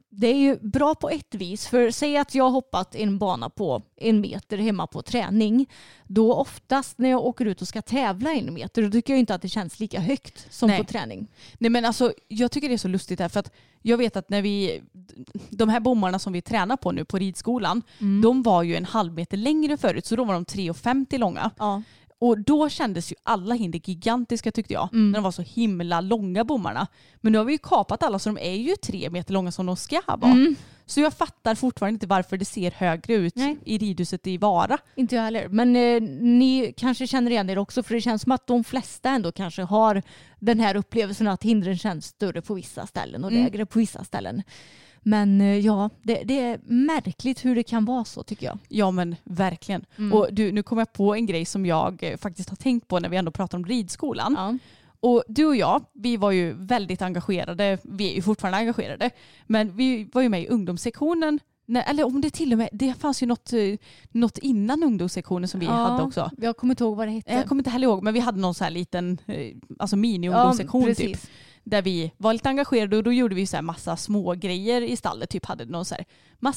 Det är ju bra på ett vis. För säg att jag har hoppat en bana på en meter hemma på träning. Då oftast när jag åker ut och ska tävla en meter, då tycker jag inte att det känns lika högt som Nej. på träning. Nej, men alltså, jag tycker det är så lustigt här för att jag vet att när vi, de här bommarna som vi tränar på nu på ridskolan, mm. de var ju en halv meter längre förut, så då var de tre komma femtio långa. Ja. Och då kändes ju alla hinder gigantiska tyckte jag. Mm. När de var så himla långa bommarna. Men nu har vi ju kapat alla så de är ju tre meter långa som de ska vara. Mm. Så jag fattar fortfarande inte varför det ser högre ut Nej. i ridhuset i Vara. Inte jag heller. Men eh, ni kanske känner igen er också, för det känns som att de flesta ändå kanske har den här upplevelsen att hindren känns större på vissa ställen och lägre mm. på vissa ställen. Men ja, det, det är märkligt hur det kan vara så tycker jag. Ja men verkligen. Mm. Och du, nu kommer jag på en grej som jag faktiskt har tänkt på när vi ändå pratar om ridskolan. Ja. Och du och jag, vi var ju väldigt engagerade. Vi är ju fortfarande engagerade. Men vi var ju med i ungdomssektionen. Nej, eller om det till och med, det fanns ju något, något innan ungdomssektionen som vi ja, hade också. Jag kommer inte ihåg vad det hette. Jag kommer inte heller ihåg, men vi hade någon så här liten alltså mini-ungdomssektion ja, typ. Där vi var lite engagerade och då gjorde vi så här massa små grejer i stallet. Typ hade någon så här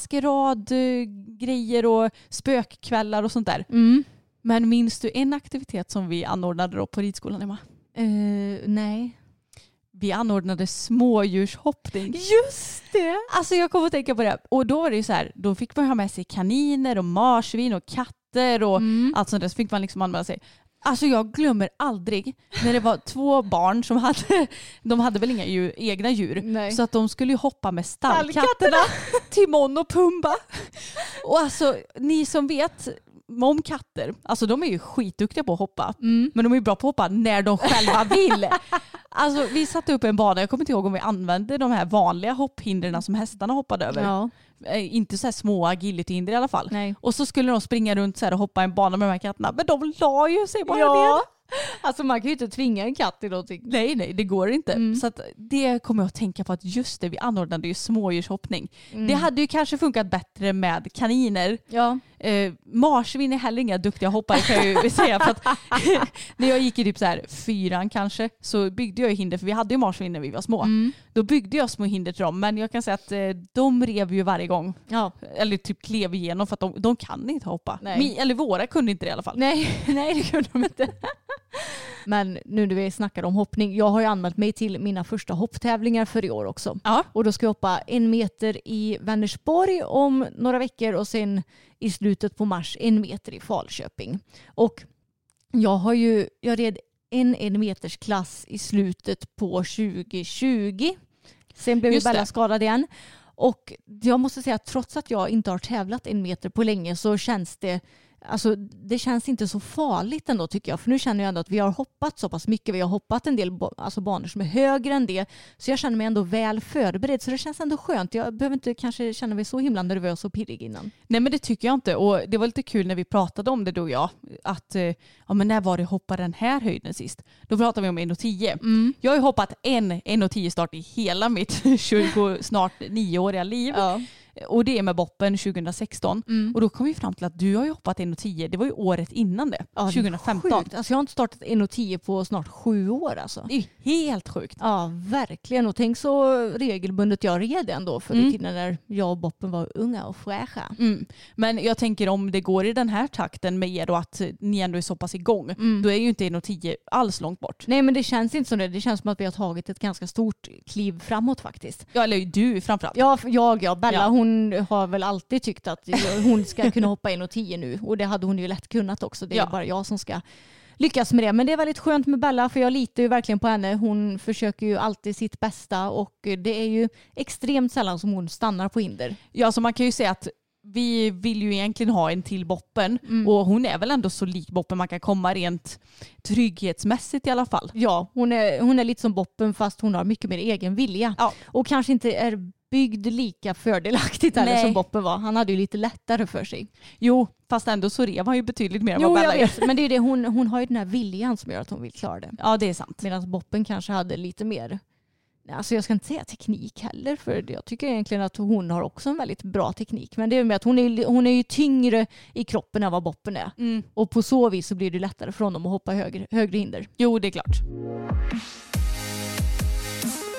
maskeradgrejer och spökkvällar och sånt där. Mm. Men minns du en aktivitet som vi anordnade då på ridskolan, Emma? Uh, nej. Vi anordnade smådjurshoppning. Just det! Alltså jag kommer att tänka på det. Och då var det ju så här, då fick man ha med sig kaniner och marsvin och katter och mm. allt sånt där. Så fick man liksom använda sig. Alltså jag glömmer aldrig när det var två barn som hade, de hade väl inga djur, egna djur. Nej. Så att de skulle ju hoppa med stallkatterna, Timon och Pumba. Och alltså ni som vet om katter, alltså de är ju skitduktiga på att hoppa. Mm. Men de är ju bra på att hoppa när de själva vill. Alltså vi satte upp en bana, jag kommer inte ihåg om vi använde de här vanliga hopphindren som hästarna hoppade över. Ja. Eh, inte så här små agility-hinder i alla fall. Nej. Och så skulle de springa runt så här och hoppa en bana med de här katterna. Men de la ju sig bara ja. ner. Alltså man kan ju inte tvinga en katt till någonting. Nej, nej, det går inte. Mm. Så att det kommer jag att tänka på att just det, vi anordnade ju smådjurshoppning. Mm. Det hade ju kanske funkat bättre med kaniner. Ja. Eh, marsvin är heller inga duktiga hoppare kan jag ju säga. För att när jag gick i typ så här fyran kanske så byggde jag ju hinder, för vi hade ju marsvin när vi var små. Mm. Då byggde jag små hinder till dem, men jag kan säga att eh, de rev ju varje gång. Ja. Eller typ klev igenom för att de, de kan inte hoppa. Nej. Eller våra kunde inte det i alla fall. Nej, nej det kunde de inte. Men nu när vi snackar om hoppning, jag har ju anmält mig till mina första hopptävlingar för i år också. Ja. Och då ska jag hoppa en meter i Vänersborg om några veckor och sen i slutet på mars en meter i Falköping. Och jag har ju, jag red en en meters klass i slutet på tjugo tjugo. Sen blev ju Bella skadad igen. Och jag måste säga att trots att jag inte har tävlat en meter på länge så känns det Alltså, det känns inte så farligt ändå tycker jag. För nu känner jag ändå att vi har hoppat så pass mycket. Vi har hoppat en del alltså banor som är högre än det. Så jag känner mig ändå väl förberedd. Så det känns ändå skönt. Jag behöver inte kanske känna mig så himla nervös och pirrig innan. Nej men det tycker jag inte. Och det var lite kul när vi pratade om det du och jag. Att ja, men när var det hoppa den här höjden sist? Då pratade vi om en tio. Mm. Jag har ju hoppat en en tio start i hela mitt tjugo, snart nioåriga liv. Ja. Och det är med boppen tjugohundrasexton. Mm. Och då kom vi fram till att du har ju hoppat en tio. Det var ju året innan det. Ja, tjugohundrafemton. Alltså jag har inte startat en tio på snart sju år alltså. Det är helt sjukt. Ja, verkligen. Och tänk så regelbundet jag red ändå för mm. tiden när jag och boppen var unga och fräscha. Mm. Men jag tänker om det går i den här takten med er och att ni ändå är så pass igång. Mm. Då är ju inte en tio alls långt bort. Nej men det känns inte som det. Det känns som att vi har tagit ett ganska stort kliv framåt faktiskt. Ja, eller du framförallt. Ja, jag, ja. Bella ja. Hon har väl alltid tyckt att hon ska kunna hoppa en tio nu. Och det hade hon ju lätt kunnat också. Det är ja. bara jag som ska lyckas med det. Men det är väldigt skönt med Bella för jag litar ju verkligen på henne. Hon försöker ju alltid sitt bästa och det är ju extremt sällan som hon stannar på hinder. Ja, så man kan ju säga att vi vill ju egentligen ha en till boppen mm. och hon är väl ändå så lik boppen man kan komma rent trygghetsmässigt i alla fall. Ja, hon är, hon är lite som boppen fast hon har mycket mer egen vilja. Ja. Och kanske inte är byggd lika fördelaktigt eller som boppen var. Han hade ju lite lättare för sig. Jo, fast ändå så rev han ju betydligt mer än jo, vad Bella gör. Men det är det, hon, hon har ju den här viljan som gör att hon vill klara det. Ja, det är sant. Medan boppen kanske hade lite mer. Alltså jag ska inte säga teknik heller för jag tycker egentligen att hon har också en väldigt bra teknik. Men det är med att hon är, hon är ju tyngre i kroppen än vad boppen är. Mm. Och på så vis så blir det lättare för honom att hoppa högre, högre hinder. Jo, det är klart.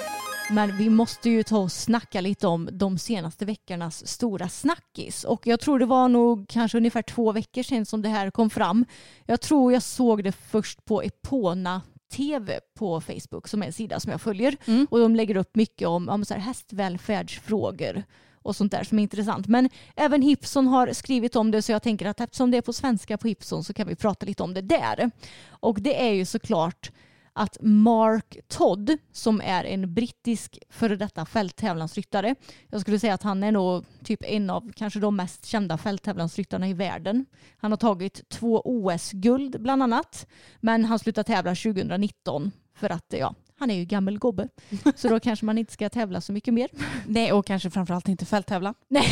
Men vi måste ju ta och snacka lite om de senaste veckornas stora snackis. Och jag tror det var nog kanske ungefär två veckor sedan som det här kom fram. Jag tror jag såg det först på Epona T V på Facebook som är en sida som jag följer. Mm. Och de lägger upp mycket om, om så här hästvälfärdsfrågor och sånt där som är intressant. Men även Hipson har skrivit om det, så jag tänker att eftersom det är på svenska på Hipson så kan vi prata lite om det där. Och det är ju såklart att Mark Todd, som är en brittisk före detta fälttävlansryttare, jag skulle säga att han är nog typ en av kanske de mest kända fälttävlansryttarna i världen. Han har tagit två O S-guld bland annat, men han slutade tävla tjugonitton för att ja, han är ju gammal gobbe. Så då kanske man inte ska tävla så mycket mer. Nej, och kanske framförallt inte fälttävla. Nej.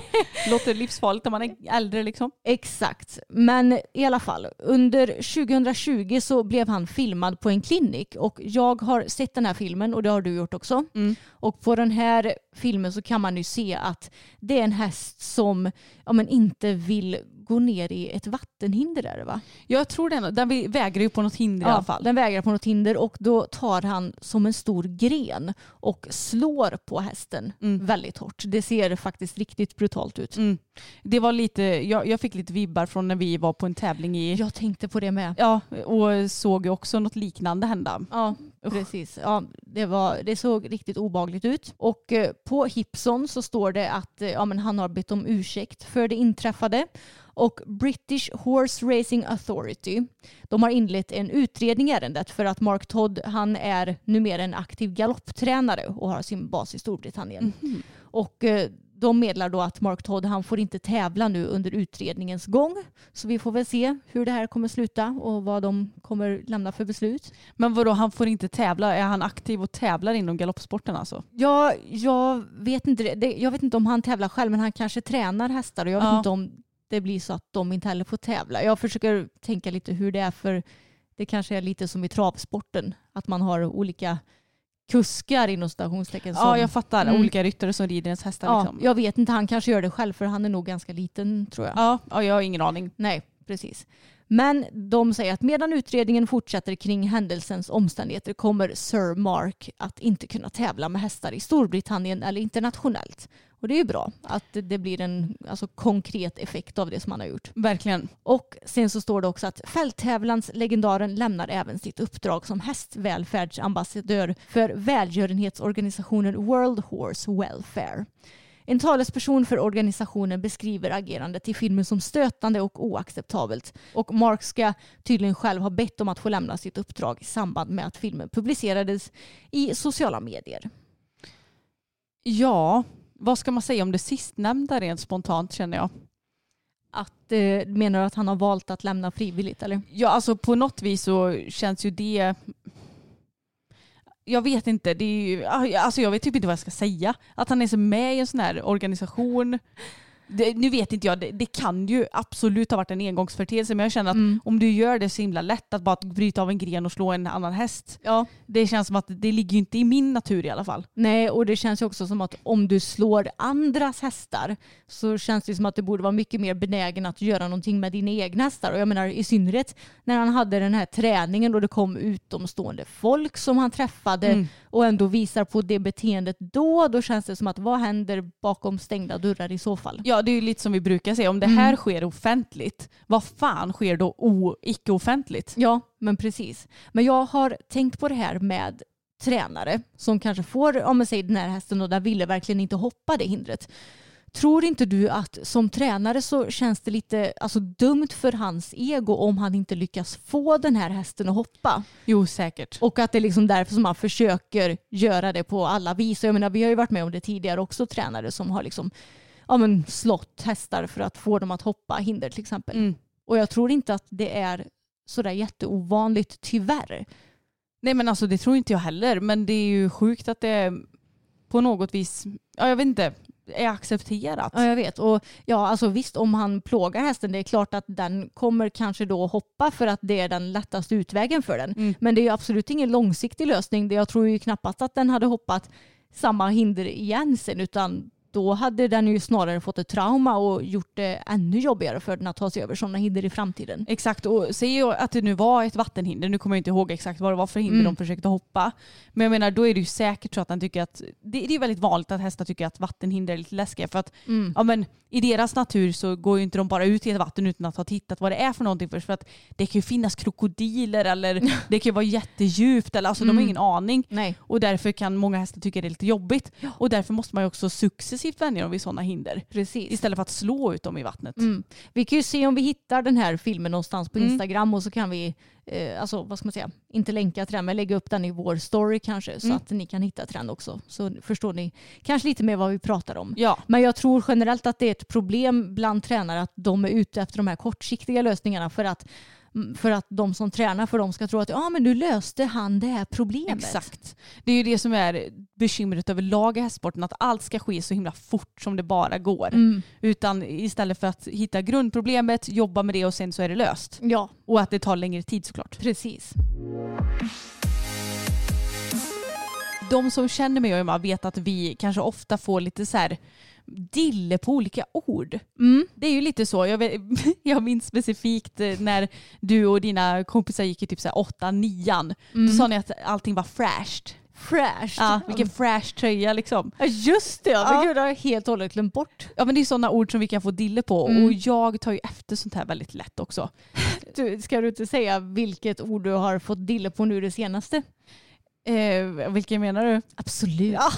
Låter livsfarligt när man är äldre liksom. Exakt. Men i alla fall, under tjugohundratjugo så blev han filmad på en klinik. Och jag har sett den här filmen, och det har du gjort också. Mm. Och på den här filmen så kan man ju se att det är en häst som ja, men inte vill gå ner i ett vattenhinder där, va? Jag tror den, den vägrar ju på något hinder ja, i alla fall. Den vägrar på något hinder, och då tar han som en stor gren och slår på hästen mm. väldigt hårt. Det ser faktiskt riktigt brutalt ut. Mm. Det var lite, jag, jag fick lite vibbar från när vi var på en tävling i... Jag tänkte på det med. Ja, och såg också något liknande hända. Ja, precis. Ja, det, var, det såg riktigt obehagligt ut. Och eh, på Hipson så står det att eh, ja, men han har bett om ursäkt för det inträffade. Och British Horse Racing Authority, de har inlett en utredning i ärendet för att Mark Todd, han är numera en aktiv galopptränare och har sin bas i Storbritannien. Mm-hmm. Och eh, de meddelar då att Mark Todd, han får inte tävla nu under utredningens gång. Så vi får väl se hur det här kommer sluta och vad de kommer lämna för beslut. Men vadå, han får inte tävla? Är han aktiv och tävlar inom galoppsporten alltså? Ja, jag vet inte det. Jag vet inte om han tävlar själv, men han kanske tränar hästar, och jag vet ja. inte om det blir så att de inte heller får tävla. Jag försöker tänka lite hur det är, för det kanske är lite som i travsporten, att man har olika kuskar inom stationstecken. Som, ja, jag fattar. Mm. Olika ryttare som rider ens hästar. Ja, liksom. Jag vet inte, han kanske gör det själv, för han är nog ganska liten, tror jag. Ja, ja, jag har ingen aning. Nej, precis. Men de säger att medan utredningen fortsätter kring händelsens omständigheter kommer Sir Mark att inte kunna tävla med hästar i Storbritannien eller internationellt. Och det är ju bra att det blir en alltså, konkret effekt av det som man har gjort. Verkligen. Och sen så står det också att fälttävlanslegendaren lämnar även sitt uppdrag som hästvälfärdsambassadör för välgörenhetsorganisationen World Horse Welfare. En talesperson för organisationen beskriver agerandet i filmen som stötande och oacceptabelt. Och Mark ska tydligen själv ha bett om att få lämna sitt uppdrag i samband med att filmen publicerades i sociala medier. Ja, vad ska man säga om det sistnämnda rent spontant, känner jag? Att, eh, menar du att han har valt att lämna frivilligt, eller? Ja, alltså på något vis så känns ju det... Jag vet inte, det är ju, alltså jag vet typ inte vad jag ska säga. Att han är så med i en sån här organisation. Det, nu vet inte jag, det, det kan ju absolut ha varit en engångsförteelse, men jag känner att mm. om du gör det så himla lätt att bara bryta av en gren och slå en annan häst. Ja. Det känns som att det ligger ju inte i min natur i alla fall. Nej, och det känns ju också som att om du slår andras hästar så känns det som att det borde vara mycket mer benägen att göra någonting med dina egna hästar. Och jag menar i synnerhet när han hade den här träningen och det kom utomstående folk som han träffade mm. och ändå visar på det beteendet då, då känns det som att vad händer bakom stängda dörrar i så fall? Ja, det är ju lite som vi brukar säga. Om det här mm. sker offentligt, vad fan sker då o- icke-offentligt? Ja, men precis. Men jag har tänkt på det här med tränare som kanske får, om man säger den här hästen och där ville verkligen inte hoppa det hindret. Tror inte du att som tränare så känns det lite alltså, dumt för hans ego om han inte lyckas få den här hästen att hoppa? Jo, säkert. Och att det är liksom därför som man försöker göra det på alla vis. Jag menar, vi har ju varit med om det tidigare också, tränare som har liksom ja, men slått hästar för att få dem att hoppa hinder till exempel. Mm. Och jag tror inte att det är sådär jätteovanligt, tyvärr. Nej, men alltså det tror inte jag heller. Men det är ju sjukt att det på något vis, ja jag vet inte, är accepterat. Ja, jag vet. Och ja, alltså visst, om han plågar hästen, det är klart att den kommer kanske då hoppa för att det är den lättaste utvägen för den. Mm. Men det är ju absolut ingen långsiktig lösning. Jag tror ju knappast att den hade hoppat samma hinder igen sen, utan då hade den ju snarare fått ett trauma och gjort det ännu jobbigare för den att ta sig över sådana hinder i framtiden. Exakt, och säg att det nu var ett vattenhinder, nu kommer jag inte ihåg exakt vad det var för hinder mm. de försökte hoppa. Men jag menar, då är det ju säkert så att han tycker att, det, det är väldigt vanligt att hästar tycker att vattenhinder är lite läskiga för att mm. ja, men, i deras natur så går ju inte de bara ut i ett vatten utan att ha tittat vad det är för någonting först, för att det kan ju finnas krokodiler eller det kan ju vara jättedjupt eller alltså mm. de har ingen aning. Nej. Och därför kan många hästar tycka det är lite jobbigt ja. Och därför måste man ju också successivt vänja dem vid sådana hinder. Precis. Istället för att slå ut dem i vattnet. Mm. Vi kan ju se om vi hittar den här filmen någonstans på Instagram mm. och så kan vi eh, alltså vad ska man säga, inte länka till den men lägga upp den i vår story kanske så mm. att ni kan hitta till den också. Så förstår ni kanske lite mer vad vi pratar om. Ja. Men jag tror generellt att det är ett problem bland tränare att de är ute efter de här kortsiktiga lösningarna för att för att de som tränar för dem ska tro att ja men nu löste han det här problemet. Exakt. Det är ju det som är bekymret överlag i hästsporten, att allt ska ske så himla fort som det bara går. Mm. Utan istället för att hitta grundproblemet, jobba med det och sen så är det löst. Ja. Och att det tar längre tid såklart. Precis. De som känner mig och Emma vet att vi kanske ofta får lite så här dille på olika ord. Mm. Det är ju lite så. Jag, vet, jag minns specifikt när du och dina kompisar gick i typ så här åtta, nian. Mm. Då sa ni att allting var fräscht. Fräscht? Ja, vilken fräsch tröja liksom. Ja, just det. Ja. Ja. Det har jag helt och hållet glömt bort. Ja, men det är sådana ord som vi kan få dille på. Mm. Och jag tar ju efter sånt här väldigt lätt också. Du, ska du inte säga vilket ord du har fått dille på nu det senaste? Eh, vilken menar du? Absolut. Ja.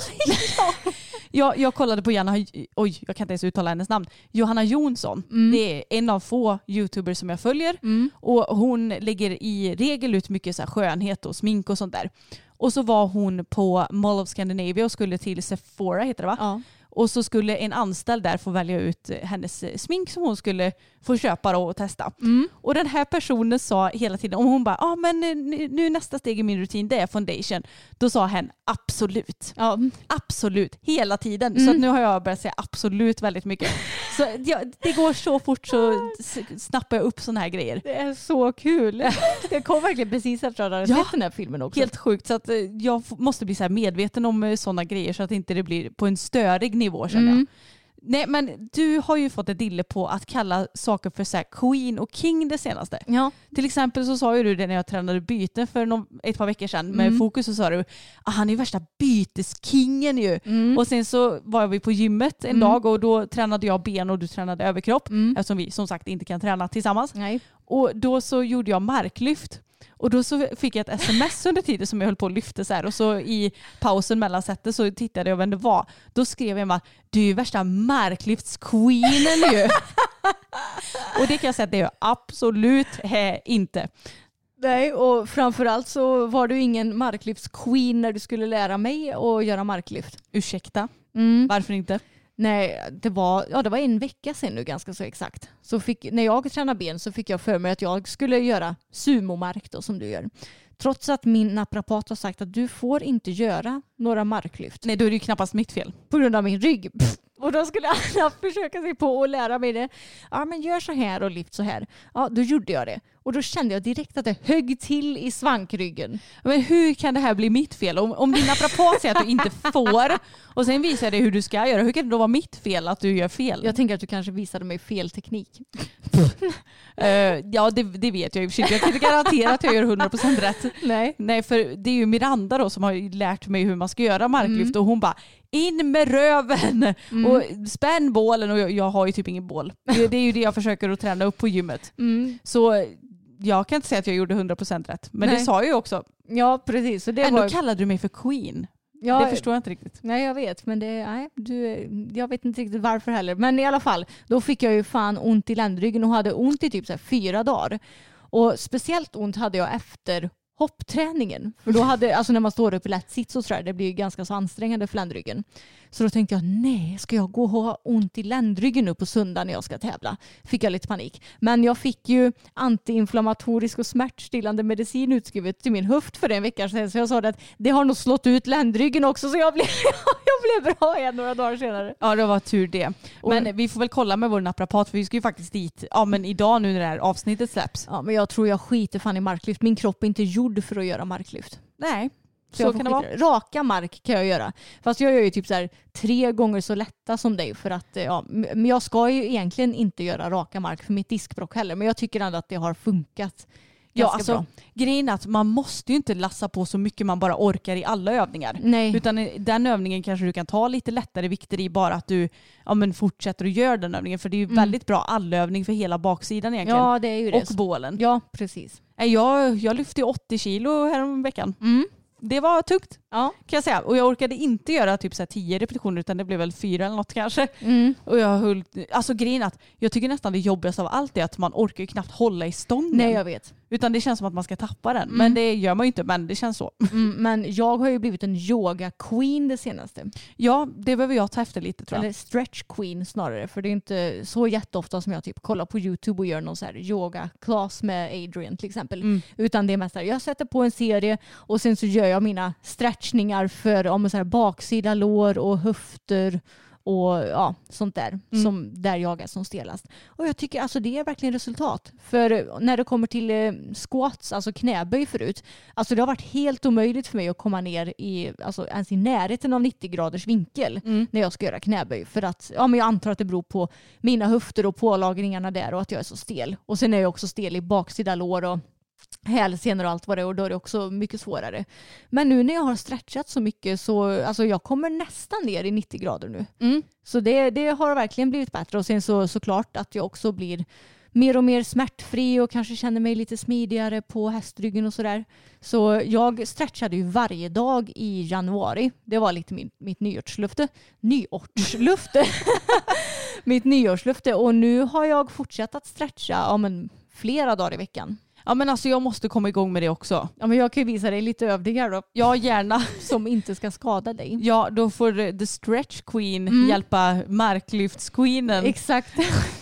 jag, jag kollade på Johanna, oj, jag kan inte ens uttala hennes namn. Johanna Jonsson. Mm. Det är en av få YouTubers som jag följer. Mm. Och hon lägger i regel ut mycket så här skönhet och smink och sånt där. Och så var hon på Mall of Scandinavia och skulle till Sephora, heter det va? Ja. Och så skulle en anställd där få välja ut hennes smink som hon skulle få köpa och testa. Mm. Och den här personen sa hela tiden, om hon bara, ja ah, men nu, nu nästa steg i min rutin det är foundation. Då sa hen absolut. Ja. Absolut, hela tiden. Mm. Så att nu har jag börjat säga absolut väldigt mycket. Så ja, det går så fort så snappar jag upp såna här grejer. Det är så kul. Det kom verkligen precis efter att jag hade ja, sett den här filmen också. Helt sjukt. Så att jag måste bli så här medveten om såna grejer så att inte det blir på en störig nivå känner jag. Mm. Nej, men du har ju fått ett dille på att kalla saker för så här queen och king det senaste. Ja. Till exempel så sa ju du det när jag tränade byte för någon, ett par veckor sedan med mm. fokus, så sa du ah, han är ju värsta byteskingen ju. Mm. Och sen så var vi på gymmet en mm. dag och då tränade jag ben och du tränade överkropp mm. eftersom vi som sagt inte kan träna tillsammans. Nej. Och då så gjorde jag marklyft. Och då så fick jag ett sms under tiden som jag höll på att lyfta så här. Och så i pausen mellan sättet så tittade jag vem det var. Då skrev jag att du är ju värsta marklyftsqueenen ju. Och det kan jag säga att det är absolut inte. Nej, och framförallt så var du ingen marklyftsqueen när du skulle lära mig att göra marklyft. Ursäkta, mm. varför inte? Nej, det var, ja, det var en vecka sedan nu ganska så exakt. Så fick, när jag tränade ben så fick jag för mig att jag skulle göra sumomark då, som du gör. Trots att min naprapat har sagt att du får inte göra några marklyft. Nej, då är det ju knappast mitt fel. På grund av min rygg. Pff. Och då skulle alla försöka sig på att lära mig det. Ja, men gör så här och lyft så här. Ja, då gjorde jag det. Och då kände jag direkt att det högg till i svankryggen. Men hur kan det här bli mitt fel? Om, om din naprapat säger att du inte får och sen visar dig hur du ska göra, hur kan det då vara mitt fel att du gör fel? Jag tänker att du kanske visade mig fel teknik. uh, ja, det, det vet jag i och för sig. Jag kan inte garantera att jag gör hundra procent rätt. Nej. Nej, för det är ju Miranda då som har lärt mig hur man ska göra marklyft mm. och hon bara in med röven mm. och spänn bålen och jag, jag har ju typ ingen bål. Det, det är ju det jag försöker att träna upp på gymmet. Mm. Så jag kan inte säga att jag gjorde hundra procent rätt. Men Nej. Det sa jag ju också. Ja, precis. Så det Ändå var... kallade du mig för queen. Ja, det förstår jag inte riktigt. Nej, jag vet. Men det, nej, du, jag vet inte riktigt varför heller. Men i alla fall, då fick jag ju fan ont i ländryggen och hade ont i typ så här fyra dagar. Och speciellt ont hade jag efter hoppträningen. För då hade, alltså när man står upp i lätt sitt så tror jag det blir ganska så ansträngande för ländryggen. Så då tänkte jag, nej, ska jag gå och ha ont i ländryggen nu på söndag när jag ska tävla? Fick jag lite panik. Men jag fick ju antiinflammatorisk och smärtstillande medicin utskrivet till min höft för en vecka sedan. Så jag sa att det har nog slått ut ländryggen också. Så jag blev, jag blev bra igen några dagar senare. Ja, det var tur det. Men och, vi får väl kolla med vår naprapat för vi ska ju faktiskt dit ja, men idag nu när det här avsnittet släpps. Ja, men jag tror jag skiter fan i marklyft. Min kropp är inte gjord för att göra marklyft. Nej. Så, Så jag kan får det vara. skita det. Raka mark kan jag göra. Fast jag gör ju typ så här tre gånger så lätta som dig. För att, ja, men jag ska ju egentligen inte göra raka mark för mitt diskbråck heller. Men jag tycker ändå att det har funkat. Ja, alltså grejen är att man måste ju inte lassa på så mycket man bara orkar i alla övningar. Nej. Utan i den övningen kanske du kan ta lite lättare vikter i, bara att du ja, men fortsätter att göra den övningen. För det är ju Mm. väldigt bra allövning för hela baksidan egentligen. Ja, det är ju det. Och bålen. Ja, precis. Jag, jag lyfte åttio kilo här om veckan. Mm. Det var tungt Ja. kan jag säga. Och jag orkade inte göra typ så här tio repetitioner utan det blev väl fyra eller något kanske. Mm. Och jag höll, alltså grejen att jag tycker nästan det jobbigaste av allt är att man orkar ju knappt hålla i stången. Nej, jag vet. Utan det känns som att man ska tappa den. Mm. Men det gör man ju inte, men det känns så. Mm, men jag har ju blivit en yoga queen det senaste. Ja, det behöver jag ta efter lite tror jag. Eller stretch queen snarare. För det är inte så jätteofta som jag typ kollar på YouTube och gör någon så här yoga class med Adrian till exempel. Mm. Utan det är mest här, jag sätter på en serie och sen så gör jag mina stretchningar för om så här, baksida lår och höfter och ja, sånt där Mm. som där jag är som stelast. Och jag tycker alltså det är verkligen resultat. För när det kommer till eh, squats, alltså knäböj förut, alltså det har varit helt omöjligt för mig att komma ner i, alltså ens i närheten av nittio graders vinkel Mm. när jag ska göra knäböj. För att, ja men jag antar att det beror på mina höfter och pålagringarna där och att jag är så stel. Och sen är jag också stel i baksida lår och hälsenor och allt vad det är och då är det också mycket svårare. Men nu när jag har stretchat så mycket så alltså jag kommer nästan ner i nittio grader nu. Mm. Så det, det har verkligen blivit bättre och sen så såklart att jag också blir mer och mer smärtfri och kanske känner mig lite smidigare på hästryggen och sådär. Så jag stretchade ju varje dag i januari. Det var lite min, mitt nyårslöfte. Nyårslöfte? mitt nyårslöfte och nu har jag fortsatt att stretcha ja, men, flera dagar i veckan. Ja men alltså jag måste komma igång med det också. Ja men jag kan ju visa dig lite övningar då. Ja gärna. Som inte ska skada dig. Ja då får The Stretch Queen Mm. hjälpa marklyftsqueenen. Exakt.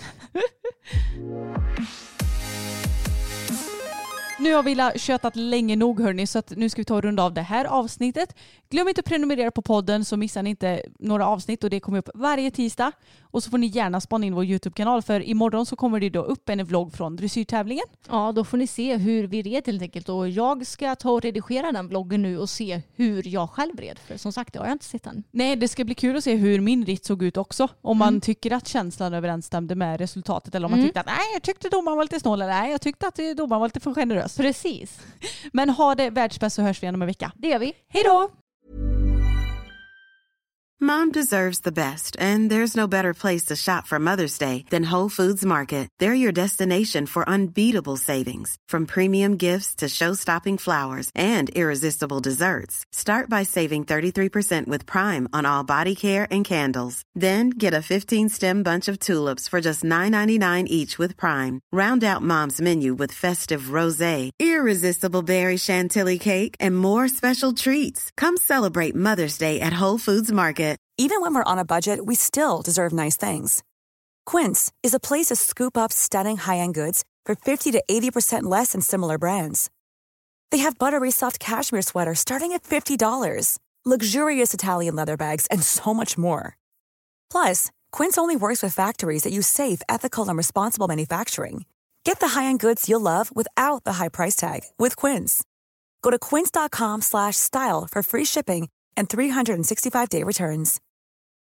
Nu har vi tjötat länge nog hörni, så att nu ska vi ta och runda av det här avsnittet. Glöm inte att prenumerera på podden så missar ni inte några avsnitt och det kommer upp varje tisdag. Och så får ni gärna spana in vår YouTube-kanal för imorgon så kommer det då upp en vlogg från dressyrtävlingen. Ja, då får ni se hur vi red helt enkelt och jag ska ta och redigera den vloggen nu och se hur jag själv red. För som sagt, det har jag inte sett än. Nej, det ska bli kul att se hur min ritt såg ut också. Om man tycker att känslan överensstämde med resultatet eller om man Mm. tyckte att nej, jag tyckte domaren var lite snål eller nej, jag tyckte att domaren var lite för generös. Precis. Men ha det världsbäst så hörs vi igen om en vecka. Det gör vi. Hej då! Mom deserves the best, and there's no better place to shop for Mother's Day than Whole Foods Market. They're your destination for unbeatable savings, from premium gifts to show-stopping flowers and irresistible desserts. Start by saving thirty-three percent with Prime on all body care and candles. Then get a fifteen-stem bunch of tulips for just nine ninety-nine each with Prime. Round out Mom's menu with festive rosé, irresistible berry chantilly cake, and more special treats. Come celebrate Mother's Day at Whole Foods Market. Even when we're on a budget, we still deserve nice things. Quince is a place to scoop up stunning high-end goods for fifty to eighty percent less than similar brands. They have buttery soft cashmere sweaters starting at fifty dollars, luxurious Italian leather bags, and so much more. Plus, Quince only works with factories that use safe, ethical, and responsible manufacturing. Get the high-end goods you'll love without the high price tag with Quince. Go to quince.com slash style for free shipping and three hundred sixty-five day returns.